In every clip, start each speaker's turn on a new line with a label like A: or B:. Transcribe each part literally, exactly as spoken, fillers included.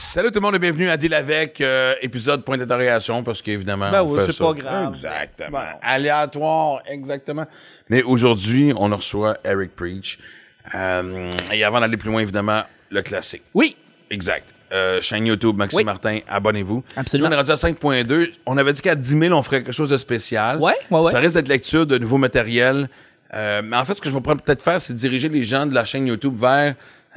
A: Salut tout le monde et bienvenue à Deal avec, euh, épisode point d'interrogation, parce qu'évidemment,
B: ben
A: on
B: oui,
A: fait
B: c'est
A: ça.
B: pas grave.
A: Exactement.
B: Bon.
A: Aléatoire, exactement. Mais aujourd'hui, on reçoit Eric Preach. Euh, et avant d'aller plus loin, évidemment, le classique.
B: Oui.
A: Exact. Euh, chaîne YouTube, Maxime
B: Oui.
A: Martin, abonnez-vous.
B: Absolument.
A: Nous, on est rendu à cinq point deux. On avait dit qu'à dix mille, on ferait quelque chose de spécial.
B: Ouais, ouais, ouais.
A: Ça risque d'être lecture de nouveaux matériels. Euh, mais en fait, ce que je vais peut-être faire, c'est diriger les gens de la chaîne YouTube vers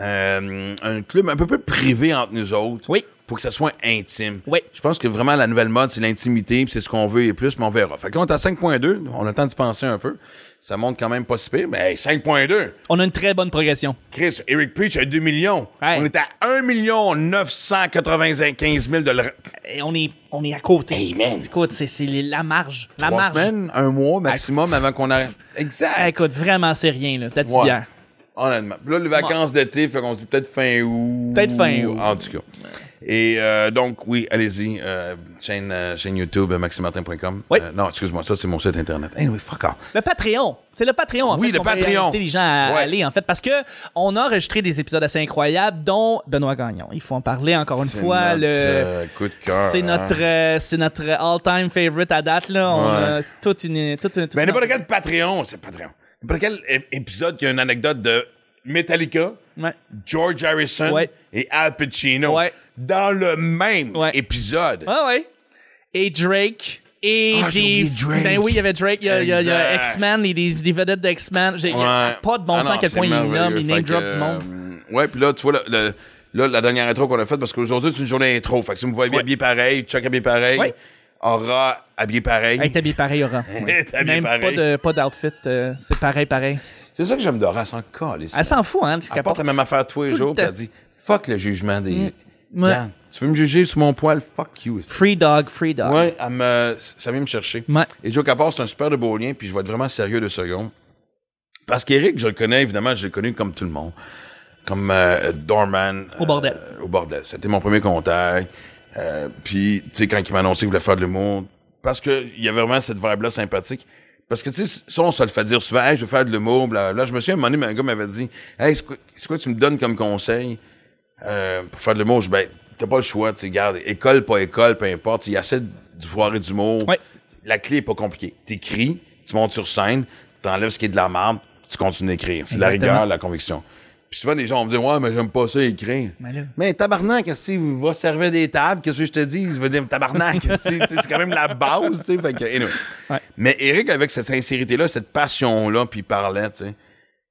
A: euh, un club un peu plus privé entre nous autres.
B: Oui.
A: Pour que ça soit intime.
B: Oui.
A: Je pense que vraiment, la nouvelle mode, c'est l'intimité, puis c'est ce qu'on veut et plus, mais on verra. Fait que là, on est à cinq point deux. On a le temps d'y penser un peu. Ça monte quand même pas si pire. Mais hey, cinq point deux.
B: On a une très bonne progression.
A: Chris, Eric Preach a deux millions.
B: Ouais.
A: On est à un million neuf cent quatre-vingt-quinze mille de le...
B: Et on est, on est à côté.
A: Hey, man.
B: Écoute, c'est, c'est les- la marge. La
A: Trois
B: marge.
A: semaines, un mois maximum avant qu'on arrive. Exact.
B: Ah, écoute, vraiment, c'est rien, là. C'est la petite
A: Ouais.
B: bière.
A: Honnêtement. Puis là, les vacances d'été, fait qu'on se dit peut-être fin août.
B: Peut-être fin août.
A: En tout cas. Et euh, donc, oui, allez-y. Euh, chaîne, euh, chaîne YouTube, euh, maxime martin point com.
B: Oui.
A: Euh, non, excuse-moi, ça, c'est mon site Internet. Anyway, fuck off.
B: Le Patreon. C'est le Patreon, en
A: Oui,
B: fait.
A: le
B: qu'on va
A: Patreon.
B: inviter les gens à
A: Ouais.
B: aller, en fait, parce que on a enregistré des épisodes assez incroyables, dont Benoît Gagnon. Il faut en parler encore une
A: C'est
B: fois.
A: notre,
B: le
A: euh, coup de cœur.
B: C'est
A: hein.
B: notre, euh, c'est notre all-time favorite à date, là. On
A: Ouais.
B: a toute une, toute une, toute
A: Mais
B: une-
A: n'importe quel Patreon, c'est Patreon. N'importe quel é- épisode qui a une anecdote de Metallica,
B: Ouais.
A: George Harrison
B: Ouais.
A: et Al Pacino
B: Ouais.
A: dans le même
B: Ouais.
A: épisode.
B: Ouais, ouais. Et Drake. Et
A: Ah, j'ai
B: des.
A: oublié Drake.
B: Ben oui, il y avait Drake, il y a, il y a- il y a
A: Exact.
B: X-Men, et des, des vedettes de X-Men. J'ai- Ça n'a pas de bon
A: Ah
B: sens
A: non,
B: à quel
A: c'est
B: point il nomme,
A: merveilleux.
B: il
A: Fait
B: name
A: que,
B: drop du monde.
A: euh, ouais, puis là, tu vois, le, le- là, la dernière intro qu'on a faite, parce qu'aujourd'hui, c'est une journée intro. Fait que si vous me voyez
B: Ouais.
A: habillé pareil, Chuck habillé pareil,
B: Ouais.
A: Aura habillé pareil.
B: Hey, t'es habillé pareil, Aura. Ouais.
A: T'es habillé
B: Même
A: pareil.
B: pas de pas d'outfit, euh, c'est pareil, pareil.
A: C'est ça que j'aime d'Aura, elle s'en calisse.
B: Elle s'en fout, hein. ce qu'elle
A: Elle porte la
B: porte.
A: même affaire tous les
B: Tout le
A: jours, puis
B: temps.
A: elle dit fuck le jugement des.
B: Ouais.
A: Regarde, tu veux me juger sur mon poil, fuck you.
B: Free dog, free dog.
A: Ouais, elle me, ça vient me chercher.
B: Ouais.
A: Et Joe Capor, c'est un super de beau lien, puis je vais être vraiment sérieux deux secondes. Parce qu'Éric, je le connais, évidemment, je l'ai connu comme tout le monde. Comme euh, Doorman.
B: Au bordel.
A: euh, au bordel. C'était mon premier contact. Euh, puis, tu sais, quand il m'a annoncé qu'il voulait faire de l'humour, parce que il y avait vraiment cette vibe-là sympathique. Parce que, tu sais, ça, on se le fait dire souvent, hey, je veux faire de l'humour, bla, bla. Je me souviens, à un moment donné, un gars m'avait dit, hey, c'est quoi, c'est quoi tu me donnes comme conseil euh, pour faire de l'humour? Je dis, ben, t'as pas le choix, tu sais, garde, école, pas école, peu importe. Il y a assez de soirées d'humour.
B: Ouais.
A: La clé est pas compliquée. T'écris, tu montes sur scène, t'enlèves ce qui est de la merde, tu continues d'écrire. C'est la
B: Exactement.
A: rigueur, la conviction. Puis souvent, les gens vont me dire, ouais, mais j'aime pas ça écrire.
B: Mais là-
A: Mais tabarnak, qu'est-ce que tu vas servir des tables, qu'est-ce que je te dis? Je veux dire, tabarnak, qu'est-ce que tu sais, c'est quand même la base, tu sais. Fait que, anyway.
B: Ouais.
A: Mais Eric, avec cette sincérité-là, cette passion-là, puis il parlait, tu sais.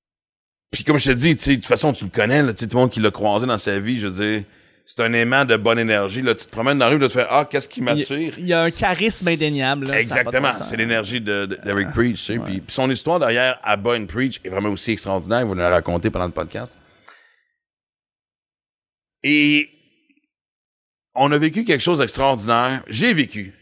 A: Puis comme je te dis, tu sais, de toute façon, tu le connais, là, tu sais, tout le monde qui l'a croisé dans sa vie, je veux dire, c'est un aimant de bonne énergie, là. Tu te promènes dans la rue, là, tu fais, ah, qu'est-ce qui
B: Il y,
A: m'attire?
B: a, il y a un charisme indéniable. Là, ça a pas de
A: Exactement,
B: bon sens.
A: c'est l'énergie de, de, d'Eric Preach, tu sais. Puis, puis son histoire derrière Abba and Preach est vraiment aussi extraordinaire, vous nous la raconter pendant le podcast. Et on a vécu quelque chose d'extraordinaire. J'ai vécu.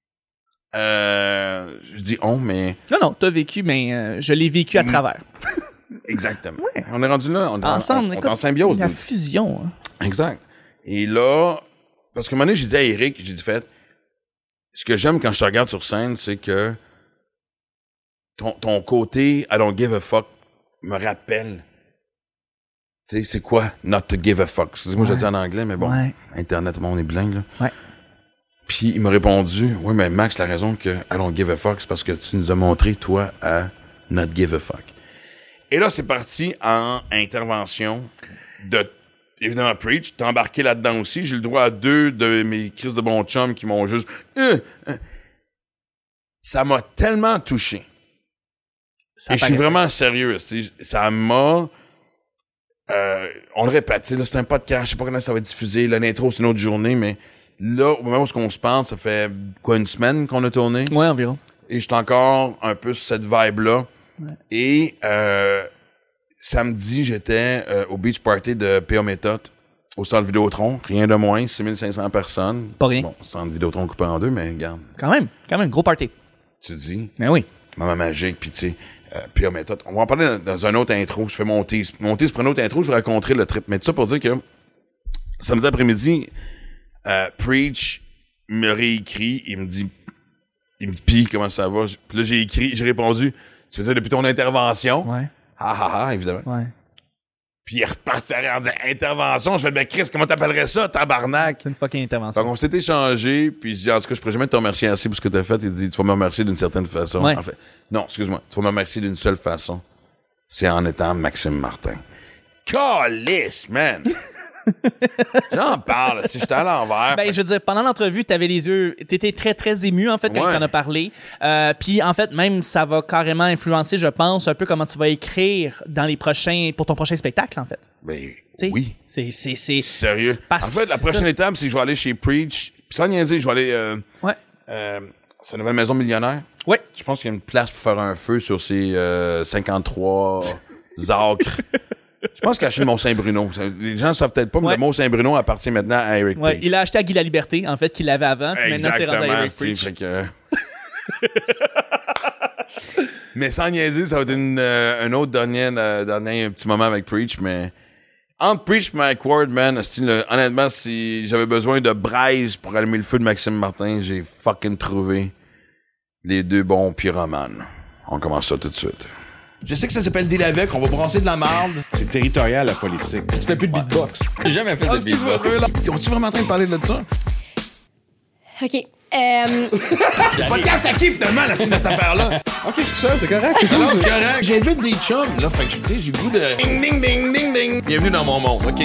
A: Euh, je dis on, mais
B: Non, non, t'as vécu, mais euh, je l'ai vécu à
A: Mm.
B: travers.
A: exactement. On est rendu là, on est,
B: Ensemble,
A: on, on est
B: écoute,
A: en symbiose.
B: La
A: nous.
B: fusion. hein.
A: Exact. Et là, parce qu'à un moment donné, j'ai dit à Eric, j'ai dit, fait, ce que j'aime quand je te regarde sur scène, c'est que ton, ton côté I don't give a fuck me rappelle. Tu sais, c'est quoi not to give a fuck? Excusez-moi, je le dis en anglais, mais bon,
B: Ouais.
A: Internet, tout le monde est bilingue, là.
B: Ouais.
A: Puis il m'a répondu, oui, mais Max, la raison que I don't give a fuck, c'est parce que tu nous as montré, toi, à not give a fuck. Et là, c'est parti en intervention de, évidemment, Preach. T'es embarqué là-dedans aussi. J'ai le droit à deux de mes crises de bon chum qui m'ont juste... Euh, euh. Ça m'a tellement touché.
B: Ça
A: Et je suis
B: paraissait.
A: vraiment sérieux. tu sais. Ça m'a... Euh, on le répète, tu sais, là, c'est un podcast, je sais pas quand ça va être diffusé. L'intro, c'est une autre journée, mais là, au moment où on se parle, ça fait quoi, une semaine qu'on a tourné?
B: Ouais, environ.
A: Et je suis encore un peu sur cette vibe-là.
B: Ouais.
A: Et euh, samedi, j'étais euh, au beach party de P A Méthode au centre Vidéotron. Rien de moins, six mille cinq cents personnes.
B: Pas rien.
A: Bon, centre Vidéotron coupé en deux, mais regarde,
B: Quand même, quand même, gros party.
A: tu te dis,
B: Mais oui.
A: Maman Magique, puis tu sais, euh, P A Méthode. On va en parler dans, dans un autre intro. Je fais mon tease. Mon tease pour une autre intro, je vous raconterai le trip. Mais tout ça pour dire que samedi après-midi, euh, Preach me réécrit, il me dit, il me dit, pis comment ça va? Puis là, j'ai écrit, j'ai répondu, tu faisais depuis ton intervention.
B: Ouais.
A: Ah ah ah, évidemment.
B: Ouais.
A: Puis il est reparti en disant intervention. Je fais, ben Chris, comment t'appellerais ça, tabarnak?
B: C'est une fucking intervention.
A: Donc on s'est échangé, puis il dit, en tout cas, je pourrais jamais te remercier assez pour ce que t'as fait. Il dit, tu vas me remercier d'une certaine façon.
B: Ouais.
A: En fait, non, excuse-moi, tu vas me remercier d'une seule façon. C'est en étant Maxime Martin. Calisse, man! J'en parle, si j'étais à l'envers.
B: Ben, je veux dire, pendant l'entrevue, t'avais les yeux, t'étais très, très ému, en fait, quand
A: Ouais.
B: t'en as parlé. Euh, puis, en fait, même, ça va carrément influencer, je pense, un peu comment tu vas écrire dans les prochains, pour ton prochain spectacle, en fait.
A: Ben,
B: T'sais,
A: oui.
B: C'est, c'est, c'est.
A: Sérieux.
B: Parce
A: en fait, la
B: que
A: prochaine
B: c'est
A: étape, c'est que je vais aller chez Preach. Puis sans niaiser, je vais aller, euh,
B: Ouais.
A: euh, sa nouvelle maison millionnaire.
B: Ouais.
A: Je pense qu'il y a une place pour faire un feu sur ces euh, cinquante-trois acres. Je pense qu'il a acheté le Mont-Saint-Bruno. Les gens ne savent peut-être pas, mais
B: Ouais.
A: le Mont-Saint-Bruno appartient maintenant à Eric
B: Ouais.
A: Page.
B: Il a acheté à Guy la Liberté, en fait, qu'il avait avant. Puis maintenant, c'est rendu à Eric
A: Steve,
B: Preach.
A: fait que... Mais sans niaiser, ça va être une, euh, un autre dernier, euh, dernier petit moment avec Preach, mais... Entre Preach et Mike Ward, man, style, euh, honnêtement, si j'avais besoin de braise pour allumer le feu de Maxime Martin, j'ai fucking trouvé les deux bons pyromanes. On commence ça tout de suite.
C: Je sais que ça s'appelle Deal avec, on va brasser de la marde. C'est territorial, la politique. Tu fais plus de beatbox.
D: J'ai jamais fait de beatbox.
C: Es-tu vraiment en train de parler de ça?
E: OK. Euh,
C: Podcast à qui, finalement, la style de cette affaire-là? OK, je suis seul, c'est correct. C'est
A: Non, c'est correct. J'invite des chums, là, fait que, tu sais, j'ai le goût de... Ding, ding, ding, ding, ding. Bienvenue dans mon monde, OK.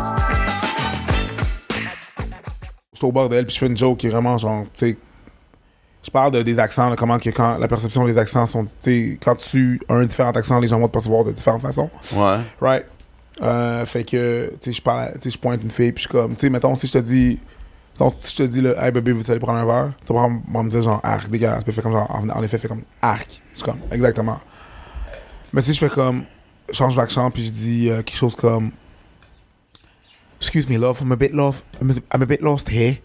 F: Je suis au bordel, puis je fais une joke qui est vraiment genre, tu sais, je parle de, des accents, là, comment que quand la perception des accents sont, tu sais, quand tu as un différent accent, les gens vont te percevoir de différentes façons.
A: Ouais.
F: Right? Euh, fait que, tu sais, je parle, tu sais, je pointe une fille, puis je suis comme, tu sais, mettons, si je te dis, donc, si je te dis, là, hey bébé, vous allez prendre un verre, tu vas me me dire genre, arc, dégueulasse, puis fait comme genre, en, en effet, fait comme arc. Je suis comme, exactement. Mais si je fais comme, je change l'accent, puis je dis euh, quelque chose comme, excuse me, love, I'm a bit lost, I'm a, I'm a bit lost here.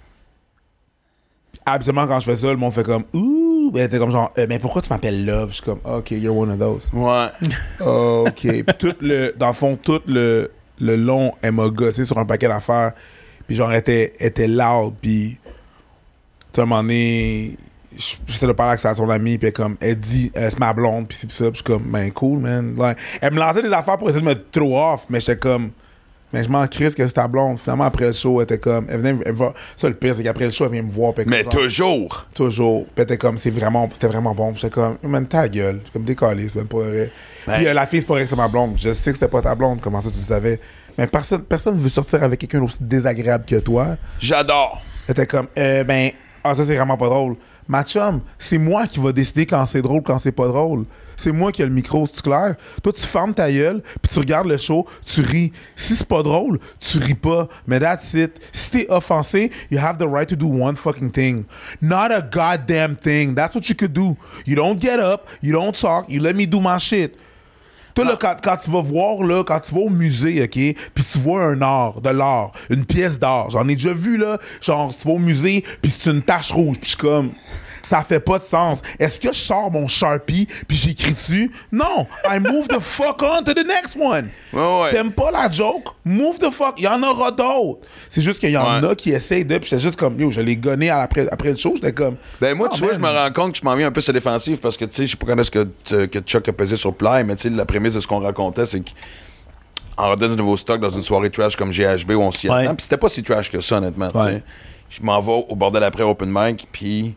F: Habituellement, quand je fais ça, le monde fait comme ouh, ben, elle était comme genre, euh, mais pourquoi tu m'appelles Love? Je suis comme, ok, you're one of those.
A: Ouais.
F: Ok. Puis tout le, dans le fond, tout le, le long, elle m'a gossé sur un paquet d'affaires. Puis genre, elle était, elle était loud. Puis, tu sais, à un moment donné, j'essaie de parler avec sa, son amie. Puis elle, comme, elle dit, euh, c'est ma blonde. Puis c'est ça. Puis je suis comme, ben cool, man. Like, elle me lançait des affaires pour essayer de me throw off. Mais j'étais comme, mais je m'en crisse que c'est ta blonde. Finalement, après le show, elle était comme, elle venait, elle va, ça le pire, c'est qu'après le show, elle vient me voir. Puis elle
A: Mais
F: comme, genre,
A: toujours.
F: toujours. Puis elle était comme, c'est vraiment, c'était vraiment bon. Puis j'étais comme, man, ta gueule. J'étais comme décalé, c'est même pas vrai.
A: Ben-
F: Puis euh, la fille, c'est pas vrai que c'est ma blonde. Je sais que c'était pas ta blonde. Comment ça, tu le savais? Mais personne, personne veut sortir avec quelqu'un d'aussi désagréable que toi.
A: J'adore.
F: Elle était comme, euh, ben, ah, ça, c'est vraiment pas drôle. Ma chum, c'est moi qui va décider quand c'est drôle, quand c'est pas drôle. C'est moi qui ai le micro, c'est clair. Toi, tu fermes ta gueule, puis tu regardes le show, tu ris. Si c'est pas drôle, tu ris pas. Mais that's it. Si t'es offensé, you have the right to do one fucking thing. Not a goddamn thing. That's what you could do. You don't get up, you don't talk, you let me do my shit. Toi, là, quand, quand tu vas voir, là, quand tu vas au musée, OK, puis tu vois un art, de l'art, une pièce d'art, j'en ai déjà vu, là, genre, tu vas au musée, puis c'est une tache rouge, puis je suis comme, ça fait pas de sens. Est-ce que je sors mon Sharpie, puis j'écris dessus? Non! I move the fuck on to the next one!
A: Ouais, ouais.
F: T'aimes pas la joke? Move the fuck! Il y en aura d'autres! C'est juste qu'il y en
A: Ouais.
F: a qui essayent de, puis j'étais juste comme, yo, je l'ai gonné à l'après, après le show, j'étais comme...
A: Ben moi,
F: oh,
A: tu vois,
F: man.
A: je me rends compte que je m'en viens un peu sur la défensive parce que, tu sais, je sais pas quand est-ce que, t- que Chuck a pesé sur Ply, mais tu sais, la prémisse de ce qu'on racontait, c'est qu'en redonnant de nouveaux stocks dans une soirée trash comme G H B où on s'y
F: Ouais.
A: attend, puis c'était pas si trash que ça, honnêtement, tu sais.
F: Ouais.
A: Je m'en vais au bordel après Open Mic, puis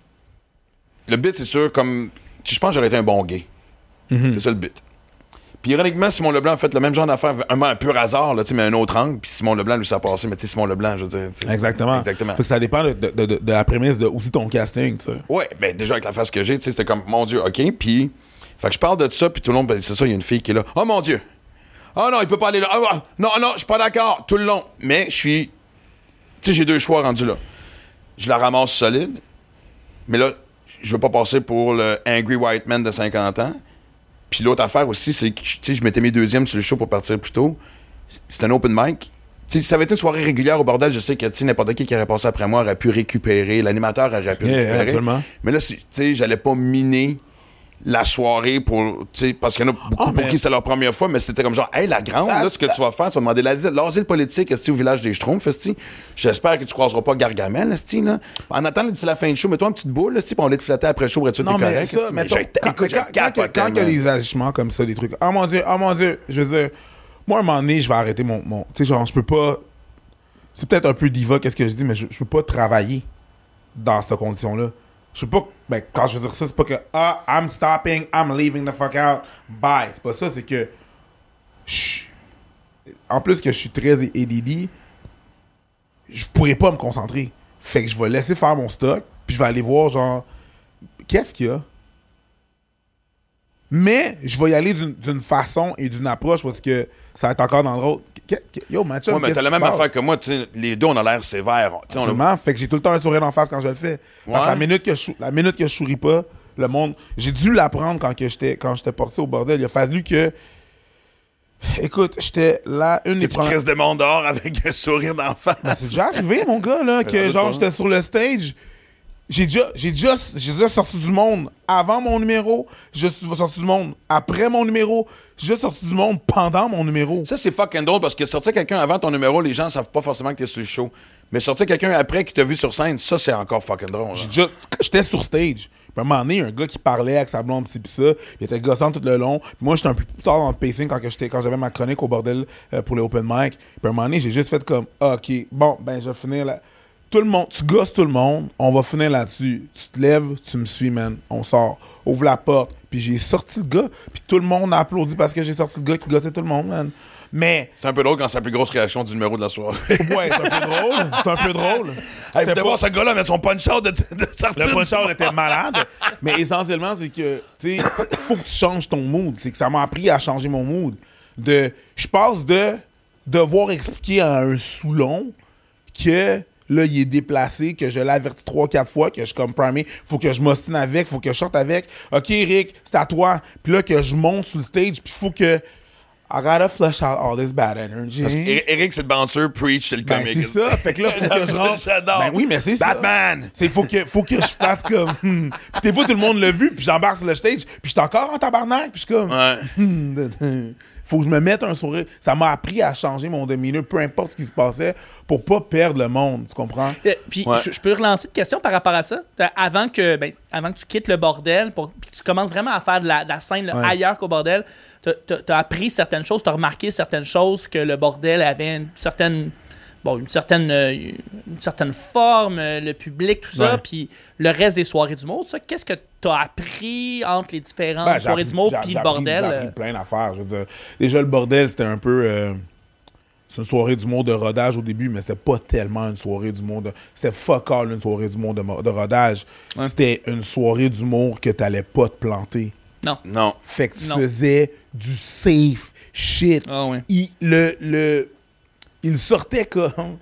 A: le bit, c'est sûr, comme, tu sais, je pense que j'aurais été un bon gay.
F: Mm-hmm.
A: C'est ça le bit. Puis ironiquement, Simon Leblanc a fait le même genre d'affaire, un, un pur hasard, là, tu sais, mais un autre angle, puis Simon Leblanc lui s'est passé, mais tu sais, Simon Leblanc, je veux dire. tu sais,
F: Exactement.
A: Exactement.
F: Fait que ça dépend de, de, de, de la prémisse de aussi ton casting, tu sais.
A: Ouais, ben déjà avec la face que j'ai, tu sais, c'était comme, mon Dieu, OK, puis... Fait que je parle de ça, puis tout le long, ben, c'est ça, il y a une fille qui est là. Oh mon Dieu! Oh non, il peut pas aller là. Ah, ah, non, non, je suis pas d'accord, tout le long. Mais je suis... Tu sais, j'ai deux choix rendus là. Je la ramasse solide, mais là, je veux pas passer pour le angry white man de cinquante ans. Puis l'autre affaire aussi, c'est que, tu sais, je m'étais mis deuxième sur le show pour partir plus tôt. C'est un open mic. Tu sais, si ça avait été une soirée régulière au bordel, je sais que, tu sais, n'importe qui qui aurait passé après moi aurait pu récupérer. L'animateur aurait pu
F: Yeah,
A: récupérer.
F: absolument.
A: Mais là, c'est- tu sais, j'allais pas miner la soirée pour, tu sais, parce qu'il y en a beaucoup
F: Oh,
A: pour
F: mais-
A: qui c'est leur première fois, mais c'était comme genre, hey, la grande, là, ce que tu vas faire, tu vas demander l'asile, l'asile politique, est-ce au village des Schtroumpfs, est-ce j'espère que tu croiseras pas Gargamel, est-ce là. En attendant, d'ici la fin du show, mets-toi une petite boule, est-ce pour on va te flatter après le show, pour être sûr que
F: Non,
A: t'es
F: mais
A: correct,
F: ça,
A: est-ce,
F: mettons,
A: j'ai-
F: quand,
A: écoute,
F: quand,
A: j'ai
F: quand,
A: capoté,
F: quand il y a
A: man.
F: les agissements comme ça, des trucs, oh mon Dieu, oh mon Dieu, je veux dire, Moi, à un moment donné, je vais arrêter mon... mon tu sais, genre, je peux pas... C'est peut-être un peu diva, qu'est-ce que je dis, mais je, je peux pas travailler dans cette condition-là. Je peux pas... Ben, quand je veux dire ça, c'est pas que « Ah, I'm stopping, I'm leaving the fuck out, bye ». C'est pas ça, c'est que... Je, en plus que je suis très A D D, je pourrais pas me concentrer. Fait que je vais laisser faire mon stock, puis je vais aller voir, genre... Qu'est-ce qu'il y a? Mais je vais y aller d'une, d'une façon et d'une approche parce que ça va être encore dans le rôle. Yo, match-up,
A: Ouais, mais
F: qu'est-ce
A: t'as la
F: qui
A: même
F: se passe?
A: affaire que moi. Tu sais, les deux, on a l'air sévères. Tu sais, on a-
F: Absolument. Fait que j'ai tout le temps un sourire en face quand je le fais. Parce que
A: Ouais.
F: la minute que je, sou- la minute que je souris pas, le monde... J'ai dû l'apprendre quand que j'étais quand j'étais parti au bordel. Il a fallu que... Écoute, j'étais là, une des
A: Tu
F: premières...
A: crises de monde dehors avec un sourire d'en face.
F: Ben, c'est déjà arrivé, mon gars, là, que
A: doute
F: genre,
A: pas.
F: j'étais sur le stage. J'ai déjà, j'ai, déjà, j'ai déjà sorti du monde avant mon numéro. Je suis sorti du monde après mon numéro. J'ai déjà sorti du monde pendant mon numéro.
A: Ça, c'est fucking drôle parce que sortir quelqu'un avant ton numéro, les gens savent pas forcément que t'es sur le show. Mais sortir quelqu'un après qui t'a vu sur scène, ça, c'est encore fucking drôle.
F: J'ai
A: Là.
F: déjà- J'étais sur stage. Puis à un moment donné, un gars qui parlait avec sa blonde, pis ci, pis ça, il était gossant tout le long. Puis moi, j'étais un peu plus tard dans le pacing quand, que j'étais, quand j'avais ma chronique au bordel euh, pour les open mic. Puis à un moment donné, j'ai juste fait comme, ah, OK, bon, ben, je vais finir là. Tout le monde, tu gosses tout le monde, on va finir là-dessus. Tu te lèves, tu me suis, man. On sort, ouvre la porte. Puis j'ai sorti le gars, puis tout le monde a applaudi parce que j'ai sorti le gars qui gossait tout le monde, man. Mais,
A: C'est un peu drôle quand c'est la plus grosse réaction du numéro de la soirée.
F: ouais, c'est un peu drôle. C'est un peu drôle.
A: Hey,
F: C'était
A: vous devez
F: pas-
A: voir ce gars-là mettre son punch-out de, de sortir.
F: Le punch
A: du-
F: out était malade. Mais essentiellement, c'est que, tu sais, faut que tu changes ton mood. C'est que ça m'a appris à changer mon mood. De, je passe de devoir expliquer à un Soulon que là, il est déplacé, que je l'ai averti trois, quatre fois, que je suis comme primé, faut que je m'ostine avec, faut que je sorte avec. OK, Rick, c'est à toi. Puis là, que je monte sur le stage, puis faut que I gotta flush out all this bad energy.
A: Parce que Eric, c'est le bouncer, Preach, c'est le
F: Ben,
A: comique.
F: c'est ça. Fait que là, faut que je rentre.
A: J'adore.
F: Ben oui, mais c'est ça.
A: Batman!
F: C'est faut que, faut que je fasse comme. hmm. Puis des fois, tout le monde l'a vu, puis j'embarque sur le stage, puis je suis encore en tabarnak, puis je suis comme.
A: Ouais.
F: Hmm. Faut que je me mette un sourire. Ça m'a appris à changer mon demeanor, peu importe ce qui se passait, pour pas perdre le monde. Tu comprends?
B: Euh, Puis
A: Ouais.
B: je, je peux relancer une question par rapport à ça. Euh, Avant que, ben, avant que tu quittes le bordel, pour, puis que tu commences vraiment à faire de la, de la scène là,
F: Ouais.
B: ailleurs qu'au bordel, tu as appris certaines choses, tu as remarqué certaines choses, que le bordel avait une certaine, bon, une certaine, euh, une certaine forme, euh, le public, tout ça,
F: Ouais.
B: puis le reste des soirées d'humour, ça, qu'est-ce que tu as appris entre les différentes
F: Ben, j'ai
B: soirées
F: appris-
B: d'humour
F: j'ai-
B: puis
F: j'ai
B: le
F: appris-
B: bordel?
F: J'ai appris
B: euh,
F: plein d'affaires. Je veux dire, déjà, le bordel, c'était un peu. euh, c'est une soirée d'humour de rodage au début, mais c'était pas tellement une soirée d'humour de. C'était fuck all une soirée d'humour de, mo- de rodage.
B: Ouais.
F: C'était une soirée d'humour que t'allais pas te planter.
A: Non.
F: Fait que tu
B: Non.
F: faisais du safe shit.
B: Ah ouais.
F: Il, le, le, il sortait comme.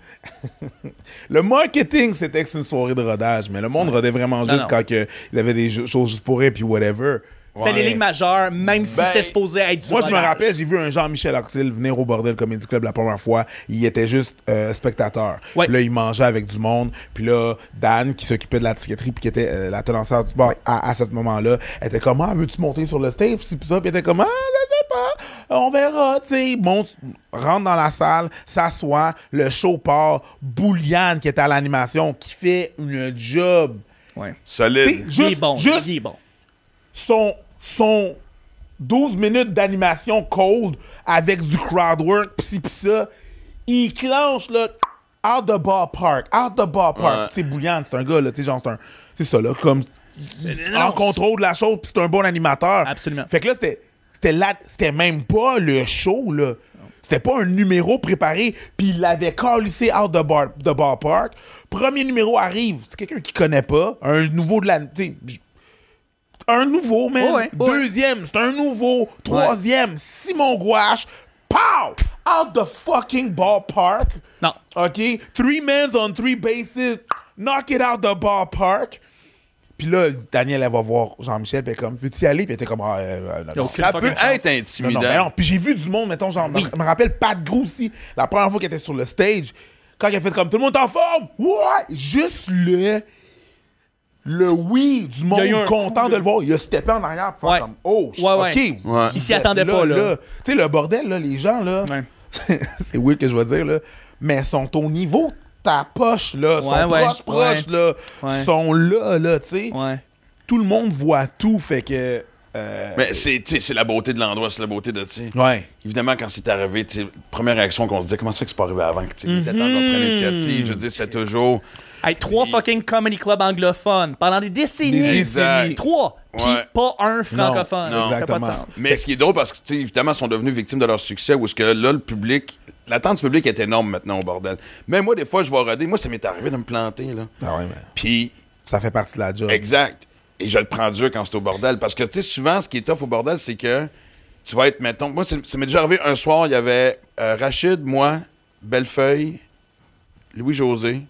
F: Le marketing, c'était que c'est une soirée de rodage, mais le monde rodait vraiment juste
B: non.
F: quand que, il y avait des jo- choses juste pour eux, puis whatever.
B: C'était les
F: Ouais.
B: ligues majeures, même si
F: Ben,
B: c'était supposé être du
F: Moi, je me
B: rodage.
F: rappelle, j'ai vu un Jean-Michel Artil venir au Bordel Comedy Club la première fois. Il était juste euh, spectateur.
B: Ouais.
F: Puis là, il mangeait avec du monde. Puis là, Dan, qui s'occupait de la psychiatrie, puis qui était euh, la tenancière du bar à, à ce moment-là, était comme, ah, veux-tu monter sur le stage? Puis ça, puis elle était comme, ah, je sais pas, on verra, tu sais. Monte, rentre dans la salle, s'assoit, le show part. Bouliane, qui était à l'animation, qui fait une job.
B: Ouais.
A: Solide.
F: T'sais,
B: Il est
F: juste,
B: bon,
F: juste
B: il est bon.
F: son, son douze minutes d'animation cold avec du crowd work, pis ci, pis ça, il clenche, là, out the ballpark, out the ballpark.
A: Ouais.
F: Tu sais, Bouliane, c'est un gars, là, tu sais, genre, c'est un... C'est ça, là, comme...
B: non,
F: en contrôle de la chose, pis c'est un bon animateur.
B: Absolument.
F: Fait que là, c'était... C'était là... C'était même pas le show, là. C'était pas un numéro préparé, puis il l'avait calissé out the, bar, the ballpark. Premier numéro arrive, c'est quelqu'un qui connaît pas, un nouveau de la... tu sais, un nouveau, man.
B: Ouais, ouais.
F: Deuxième, c'est un nouveau. Troisième, Simon Gouache. Pow! Out the fucking ballpark.
B: Non.
F: OK? Three men on three bases. Knock it out the ballpark. Puis là, Daniel, elle va voir Jean-Michel, puis elle est comme, veux-tu y aller? Puis elle était comme, ah, euh, euh, non,
B: Yo,
F: non.
B: aucune
A: Ça
B: fucking
A: peut
B: chance.
A: être
F: Non,
A: intimidant.
F: non, mais non. Puis j'ai vu du monde, mettons, genre,
B: Oui.
F: je me rappelle Pat Grou aussi, la première fois qu'elle était sur le stage, quand elle a fait comme, tout le monde est en forme! Ouais! Juste le... Le oui du monde
B: Il y a eu un
F: content
B: coup,
F: de
B: là.
F: le voir. Il a steppé en arrière pour faire
B: Ouais.
F: comme, oh,
B: Ouais, ouais.
F: OK.
A: Ouais.
B: Il s'y attendait pas, là.
F: Tu sais, le bordel, là, les gens, là,
B: Ouais.
F: c'est weird que je vais dire, là, mais sont au niveau ta poche, là, sont
B: Ouais, ouais.
F: proches, proches,
B: Ouais.
F: là,
B: Ouais.
F: sont là, là, tu sais.
B: Ouais.
F: Tout le monde voit tout, fait que Euh,
A: Mais c'est, tu sais, c'est la beauté de l'endroit, c'est la beauté de, tu sais.
F: Ouais.
A: Évidemment, quand c'est arrivé, tu sais, première réaction qu'on se disait, comment ça fait que c'est pas arrivé avant? Tu sais, il était temps qu'on prenne l'initiative. Je veux dire, c'était toujours.
B: Hey, trois
A: Puis-
B: fucking comedy clubs anglophones pendant des décennies.
F: Des
A: Exact.
B: Trois. Puis
A: Ouais.
B: pas un francophone.
A: Non,
B: ça fait pas de
F: exactement.
B: sens.
A: Mais ce qui est drôle, parce que, tu sais, évidemment, ils sont devenus victimes de leur succès, où est-ce que là, le public, l'attente du public est énorme maintenant au bordel. Même moi, des fois, je vais roder. Moi, ça m'est arrivé de me planter, là.
F: Ah ouais, mais
A: Puis,
F: ça fait partie de la job.
A: exact. Et je le prends dur quand c'est au bordel. Parce que, tu sais, souvent, ce qui est tough au bordel, c'est que tu vas être, mettons, moi, c'est- ça m'est déjà arrivé un soir, il y avait euh, Rachid, moi, Bellefeuille, Louis-José,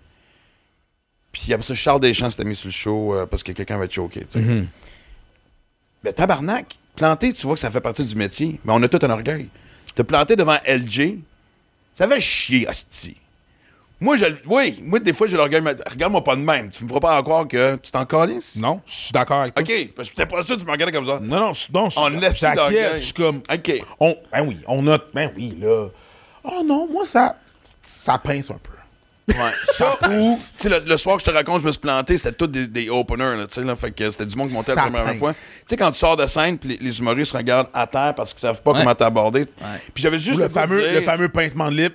A: puis après ça, Charles Deschamps s'était mis sur le show euh, parce que quelqu'un va être choqué, tu sais.
F: Mm-hmm.
A: Ben, tabarnak, planter, tu vois que ça fait partie du métier, mais on a tout un orgueil. Te planter devant L J, ça va chier, hostie. Moi, je, oui, moi, des fois, j'ai l'orgueil, mais regarde-moi pas de même. Tu me feras pas croire que tu t'en calisses.
F: Non, je suis d'accord avec toi.
A: OK, parce que j'étais pas sûr que tu me regardais comme ça.
F: Non, non, je non, je
A: On
F: suis
A: laisse
F: j'acquiesce, je suis comme...
A: OK.
F: On, ben oui, on a... Ben oui, là... Oh non, moi, ça... Ça pince un peu.
A: Ouais. Ça, ou, tu sais, le, le soir que je te raconte, je me suis planté, c'était tous des, des openers, là, tu sais, là, fait que c'était du monde qui montait la
F: Ça
A: première
F: pince.
A: fois. Tu sais, quand tu sors de scène, puis les, les humoristes regardent à terre parce qu'ils savent pas
B: Ouais.
A: comment t'aborder. Puis j'avais
F: Ou
A: juste
F: le,
A: le goût de
F: fameux,
A: dire-
F: le fameux pincement de lip.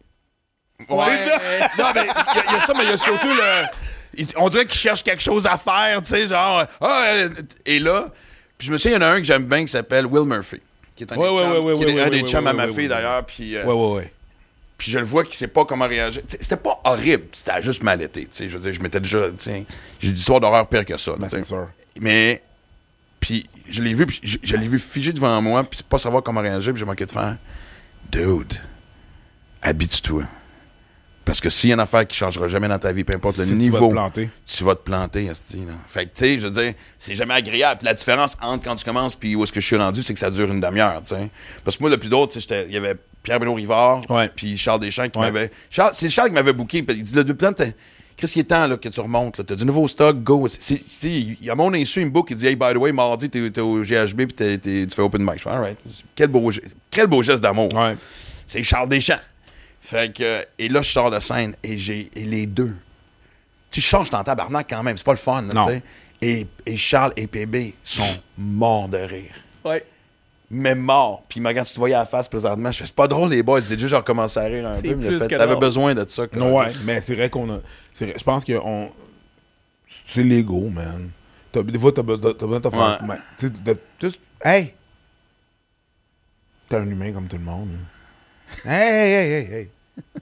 A: Ouais. Non, mais il y, a- y a ça, mais il y a surtout le. il- On dirait qu'ils cherchent quelque chose à faire, tu sais, genre. Ah, euh, et là, puis je me souviens, il y en a un que j'aime bien qui s'appelle Will Murphy, qui est un
F: Ouais,
A: des
F: ouais,
A: chums,
F: ouais, ouais,
A: qui est
F: ouais,
A: un
F: ouais,
A: des
F: ouais,
A: chums
F: ouais,
A: à ma
F: ouais,
A: fille
F: ouais.
A: d'ailleurs, puis. euh,
F: Ouais, ouais, ouais.
A: Puis je le vois qu'il sait pas comment réagir. T'sais, c'était pas horrible, c'était juste mal été. t'sais. Je veux dire, je m'étais déjà. t'sais, J'ai des histoires d'horreur pire que ça.
F: Ben,
A: t'sais.
F: c'est sûr.
A: Mais. Puis je l'ai vu, puis je, je l'ai vu figé devant moi, puis pas savoir comment réagir, puis j'ai manqué de faire. Dude, habitue-toi. Parce que s'il y a une affaire qui changera jamais dans ta vie, peu importe le
F: Si tu
A: niveau,
F: vas te planter.
A: tu vas te planter, esti, là. Fait que, tu sais, je veux dire, c'est jamais agréable. Puis la différence entre quand tu commences puis où est-ce que je suis rendu, c'est que ça dure une demi-heure, tu sais. Parce que moi, le plus d'autre, tu sais, il y avait Pierre-Benoît Rivard,
F: Ouais.
A: puis Charles Deschamps qui
F: Ouais.
A: m'avait... Charles, c'est Charles qui m'avait booké, puis il dit, là, depuis temps, Chris, il est temps là, que tu remontes, là. T'as du nouveau stock, go. C'est, c'est, c'est, il y a mon insu, il me book, il dit, hey, by the way, mardi, t'es, t'es au G H B, puis t'es, t'es, tu fais open mic. Je fais, all right. Quel beau, ge- quel beau geste d'amour.
F: Ouais.
A: C'est Charles Deschamps. Fait que, et là, je sors de scène et j'ai et les deux. Tu changes en tabarnak quand même, c'est pas le fun, là,
F: Non.
A: tu sais. Et, et Charles et P B sont morts de rire.
B: Ouais.
A: Mais morts. Puis quand tu te voyais à la face présentement, je fais, c'est pas drôle, les boys. J'ai déjà recommencé à rire un
B: C'est
A: peu, mais il a
B: plus
A: fait,
B: que
A: t'avais
B: drôle.
A: besoin de ça. quoi.
F: Ouais, mais c'est vrai qu'on a... c'est vrai, je pense que on... C'est l'ego, man. T'as- des fois, t'as besoin de t'as besoin de te faire...
A: Ouais.
F: ben, tu sais, de juste... Hey! T'es un humain comme tout le monde. Hey, hey, hey, hey, hey.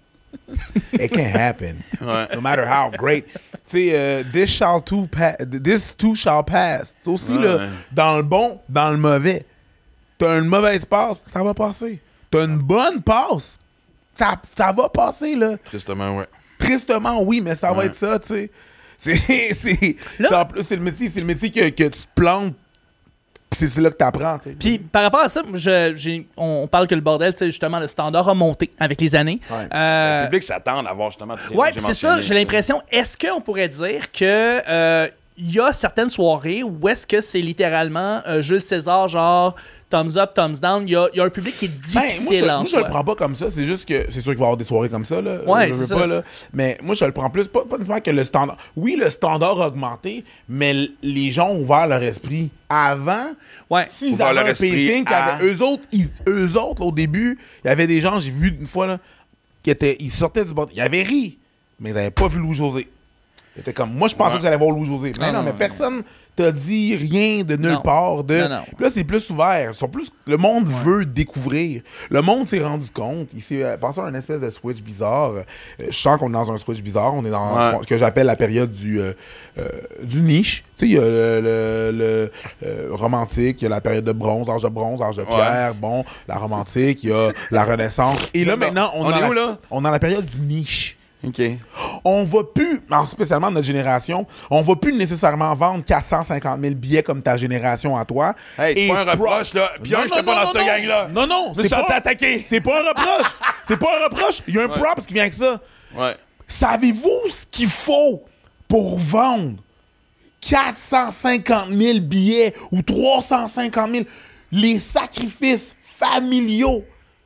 F: It can happen.
A: Ouais.
F: No matter how great. Tu sais, euh, this shall too pass. This too shall pass. C'est aussi,
A: Ouais.
F: là, dans le bon, dans le mauvais. T'as une mauvaise passe, ça va passer. T'as une bonne passe, ça, ça va passer, là.
A: Tristement, ouais.
F: Tristement, oui, mais ça va
A: Ouais.
F: être ça, tu sais. C'est, c'est,
B: Là-
F: c'est en plus, c'est le métier, c'est le métier que, que tu te plantes, pis c'est, c'est là que t'apprends, tu sais.
B: Puis par rapport à ça, je, j'ai, on, on parle que le bordel, tu sais, justement, le standard a monté avec les années.
F: Ouais.
B: Euh,
A: Le public s'attend à voir justement toutes les
B: Ouais,
A: gens que
B: pis
A: j'ai
B: c'est ça,
A: mentionnées,
B: j'ai
A: tu sais.
B: l'impression, est-ce qu'on pourrait dire que euh, il y a certaines soirées où est-ce que c'est littéralement euh, Jules César, genre thumbs up, thumbs down, il y a, il y a un public qui est
F: Ben, moi,
B: difficile
F: je,
B: en
F: moi, je
B: soi.
F: le prends pas comme ça. C'est juste que c'est sûr qu'il va y avoir des soirées comme ça. Là.
B: Ouais,
F: Je veux
B: c'est
F: pas,
B: ça.
F: là. Mais moi, je le prends plus. Pas, pas nécessairement que le standard. Oui, le standard a augmenté, mais l- les gens ont ouvert leur esprit. Avant,
B: Ouais.
F: s'ils
A: Ouvert
F: avaient
A: leur
F: un
A: esprit
F: pacing, qu'il y
A: à-
F: avait- eux autres, ils- eux autres, là, au début, il y avait des gens, j'ai vu une fois, là, qui étaient, ils sortaient du bord. Ils avaient ri, mais ils n'avaient pas vu Louis-José. Ils étaient comme, moi, je pensais
A: Ouais.
F: que j'allais voir Louis-José. Mais
B: Non,
F: non,
B: non,
F: mais
B: non.
F: personne t'a dit rien de nulle
B: Non.
F: part. De...
B: Non, non.
F: Puis là, c'est plus ouvert. Ils sont plus... Le monde veut découvrir. Le monde s'est rendu compte. Il s'est euh, passé à une espèce de switch bizarre. Euh, je sens qu'on est dans un switch bizarre. On est dans
A: Ouais.
F: ce que j'appelle la période du, euh, euh, du niche. Tu sais, il y a le, le- le, euh, romantique, il y a la période de bronze, âge de bronze, âge de pierre, bon, la romantique, il y a la renaissance. Et là,
A: Bon,
F: maintenant, on,
A: on
F: est
A: est
F: dans
A: où,
F: la-
A: là?
F: on est dans la période du niche.
A: OK.
F: On va plus, alors spécialement de notre génération, on va plus nécessairement vendre quatre cent cinquante mille billets comme ta génération à toi.
A: Hey, c'est
F: Et
A: pas un
F: pro-
A: reproche, là. Puis un,
F: Non,
A: j'étais
F: non,
A: pas
F: non,
A: dans cette
F: non,
A: gang-là.
F: Non, non,
A: Je me suis senti
F: pas-
A: attaqué.
F: C'est pas un reproche. C'est pas un reproche. Il y a un
A: Ouais.
F: props qui vient avec ça.
A: Ouais.
F: Savez-vous ce qu'il faut pour vendre quatre cent cinquante mille billets ou trois cent cinquante mille? Les sacrifices familiaux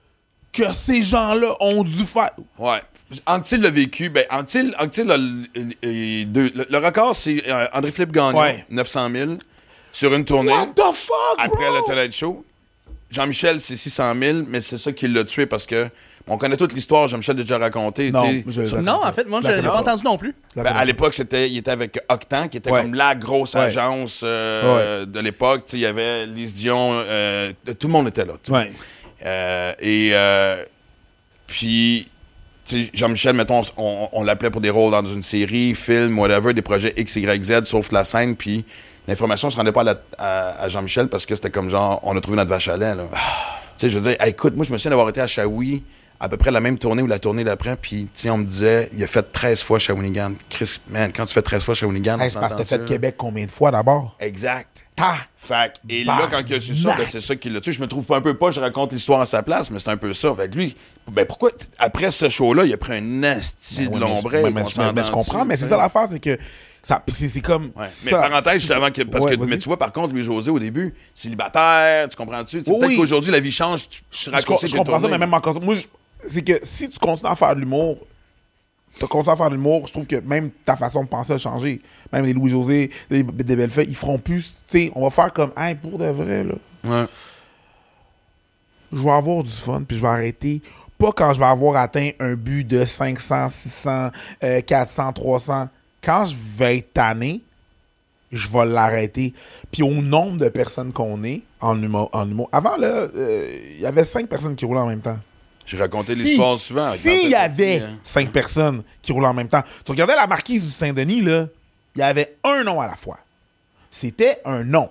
F: que ces gens-là ont dû faire.
A: Ouais. Anctil l'a vécu. Ben, Anctil, Anctil a le, le- le- le- le record, c'est euh, André-Philippe Gagnon,
F: Ouais.
A: neuf cent mille. sur une tournée.
F: What the fuck,
A: Après
F: bro?
A: le Tonight Show. Jean-Michel, c'est six cent mille, mais c'est ça qui l'a tué parce que on connaît toute l'histoire, Jean-Michel l'a déjà raconté.
F: Non,
A: tu sais.
F: je-
B: Non, en fait, moi, je
F: La
B: l'ai pas
F: connais
B: entendu non plus.
F: La
A: Ben,
F: connais
A: à
F: pas.
A: l'époque, c'était, il était avec Octan, qui était
F: Ouais.
A: comme la grosse
F: Ouais.
A: agence euh, de l'époque. Tu sais, il y avait Lise Dion, euh, tout le monde était là. tu sais.
F: Ouais.
A: Euh, et euh, puis, tu sais, Jean-Michel, mettons, on, on l'appelait pour des rôles dans une série, film, whatever, des projets X, Y, Z, sauf la scène, puis l'information ne se rendait pas à, la- à- à Jean-Michel parce que c'était comme genre, on a trouvé notre vache à lait, là. Tu sais, je veux dire, hey, écoute, moi, je me souviens d'avoir été à Shawi, à peu près la même tournée ou la tournée d'après, puis, tu sais, on me disait, il a fait treize fois Shawinigan. Chris, man, quand tu fais treize fois Shawinigan,
F: Hey,
A: on
F: c'est parce que t'as
A: s'entend-tu,
F: fait
A: là?
F: Québec combien de fois d'abord?
A: Exact.
F: Ta!
A: Fait que- et là, quand il a su ça, ben, c'est ça qu'il a tué. Je me trouve pas un peu pas, je raconte l'histoire à sa place, mais c'est un peu ça. Fait que lui, ben pourquoi, t- après ce show-là, il a pris un asti de
F: Ouais, mais je-
A: l'ombrelle.
F: mais- mais
A: qu'on
F: je- mais- mais je
A: s'entend
F: comprends,
A: dessus,
F: mais
A: tu
F: c'est
A: sais.
F: ça l'affaire, c'est que ça, c'est, c'est comme.
A: Ouais.
F: c'est
A: Mais
F: ça,
A: parenthèse, juste
F: c'est-
A: avant que. Parce
F: ouais,
A: que,
F: vas-y.
A: mais tu vois, par contre, Louis-José, au début, célibataire, tu comprends-tu? Tu sais,
F: Oui,
A: peut-être
F: oui.
A: qu'aujourd'hui, la vie change, tu, tu
F: Je,
A: raccourcis
F: je
A: tes
F: comprends ça,
A: tournées.
F: mais même encore. Moi, je- c'est que si tu continues à faire de l'humour, tu continues à faire de l'humour, je trouve que même ta façon de penser a changé. Même les Louis-José, les, des Bellefeuilles, ils feront plus. Tu sais, on va faire comme, hey, pour de vrai, là.
A: Ouais.
F: Je vais avoir du fun, puis je vais arrêter. Pas quand je vais avoir atteint un but de cinq cents, six cents, euh, quatre cents, trois cents. Quand je vais être tanné, je vais l'arrêter. Puis au nombre de personnes qu'on est en humour. En humour. Avant, là, euh, il y avait cinq personnes qui roulaient en même temps.
A: J'ai raconté
F: Si-
A: l'histoire souvent. avec
F: S'il y
A: Martin
F: avait
A: Petit, hein.
F: cinq personnes qui roulaient en même temps, tu regardais la marquise du Saint-Denis, là, il y avait un nom à la fois. C'était un nom.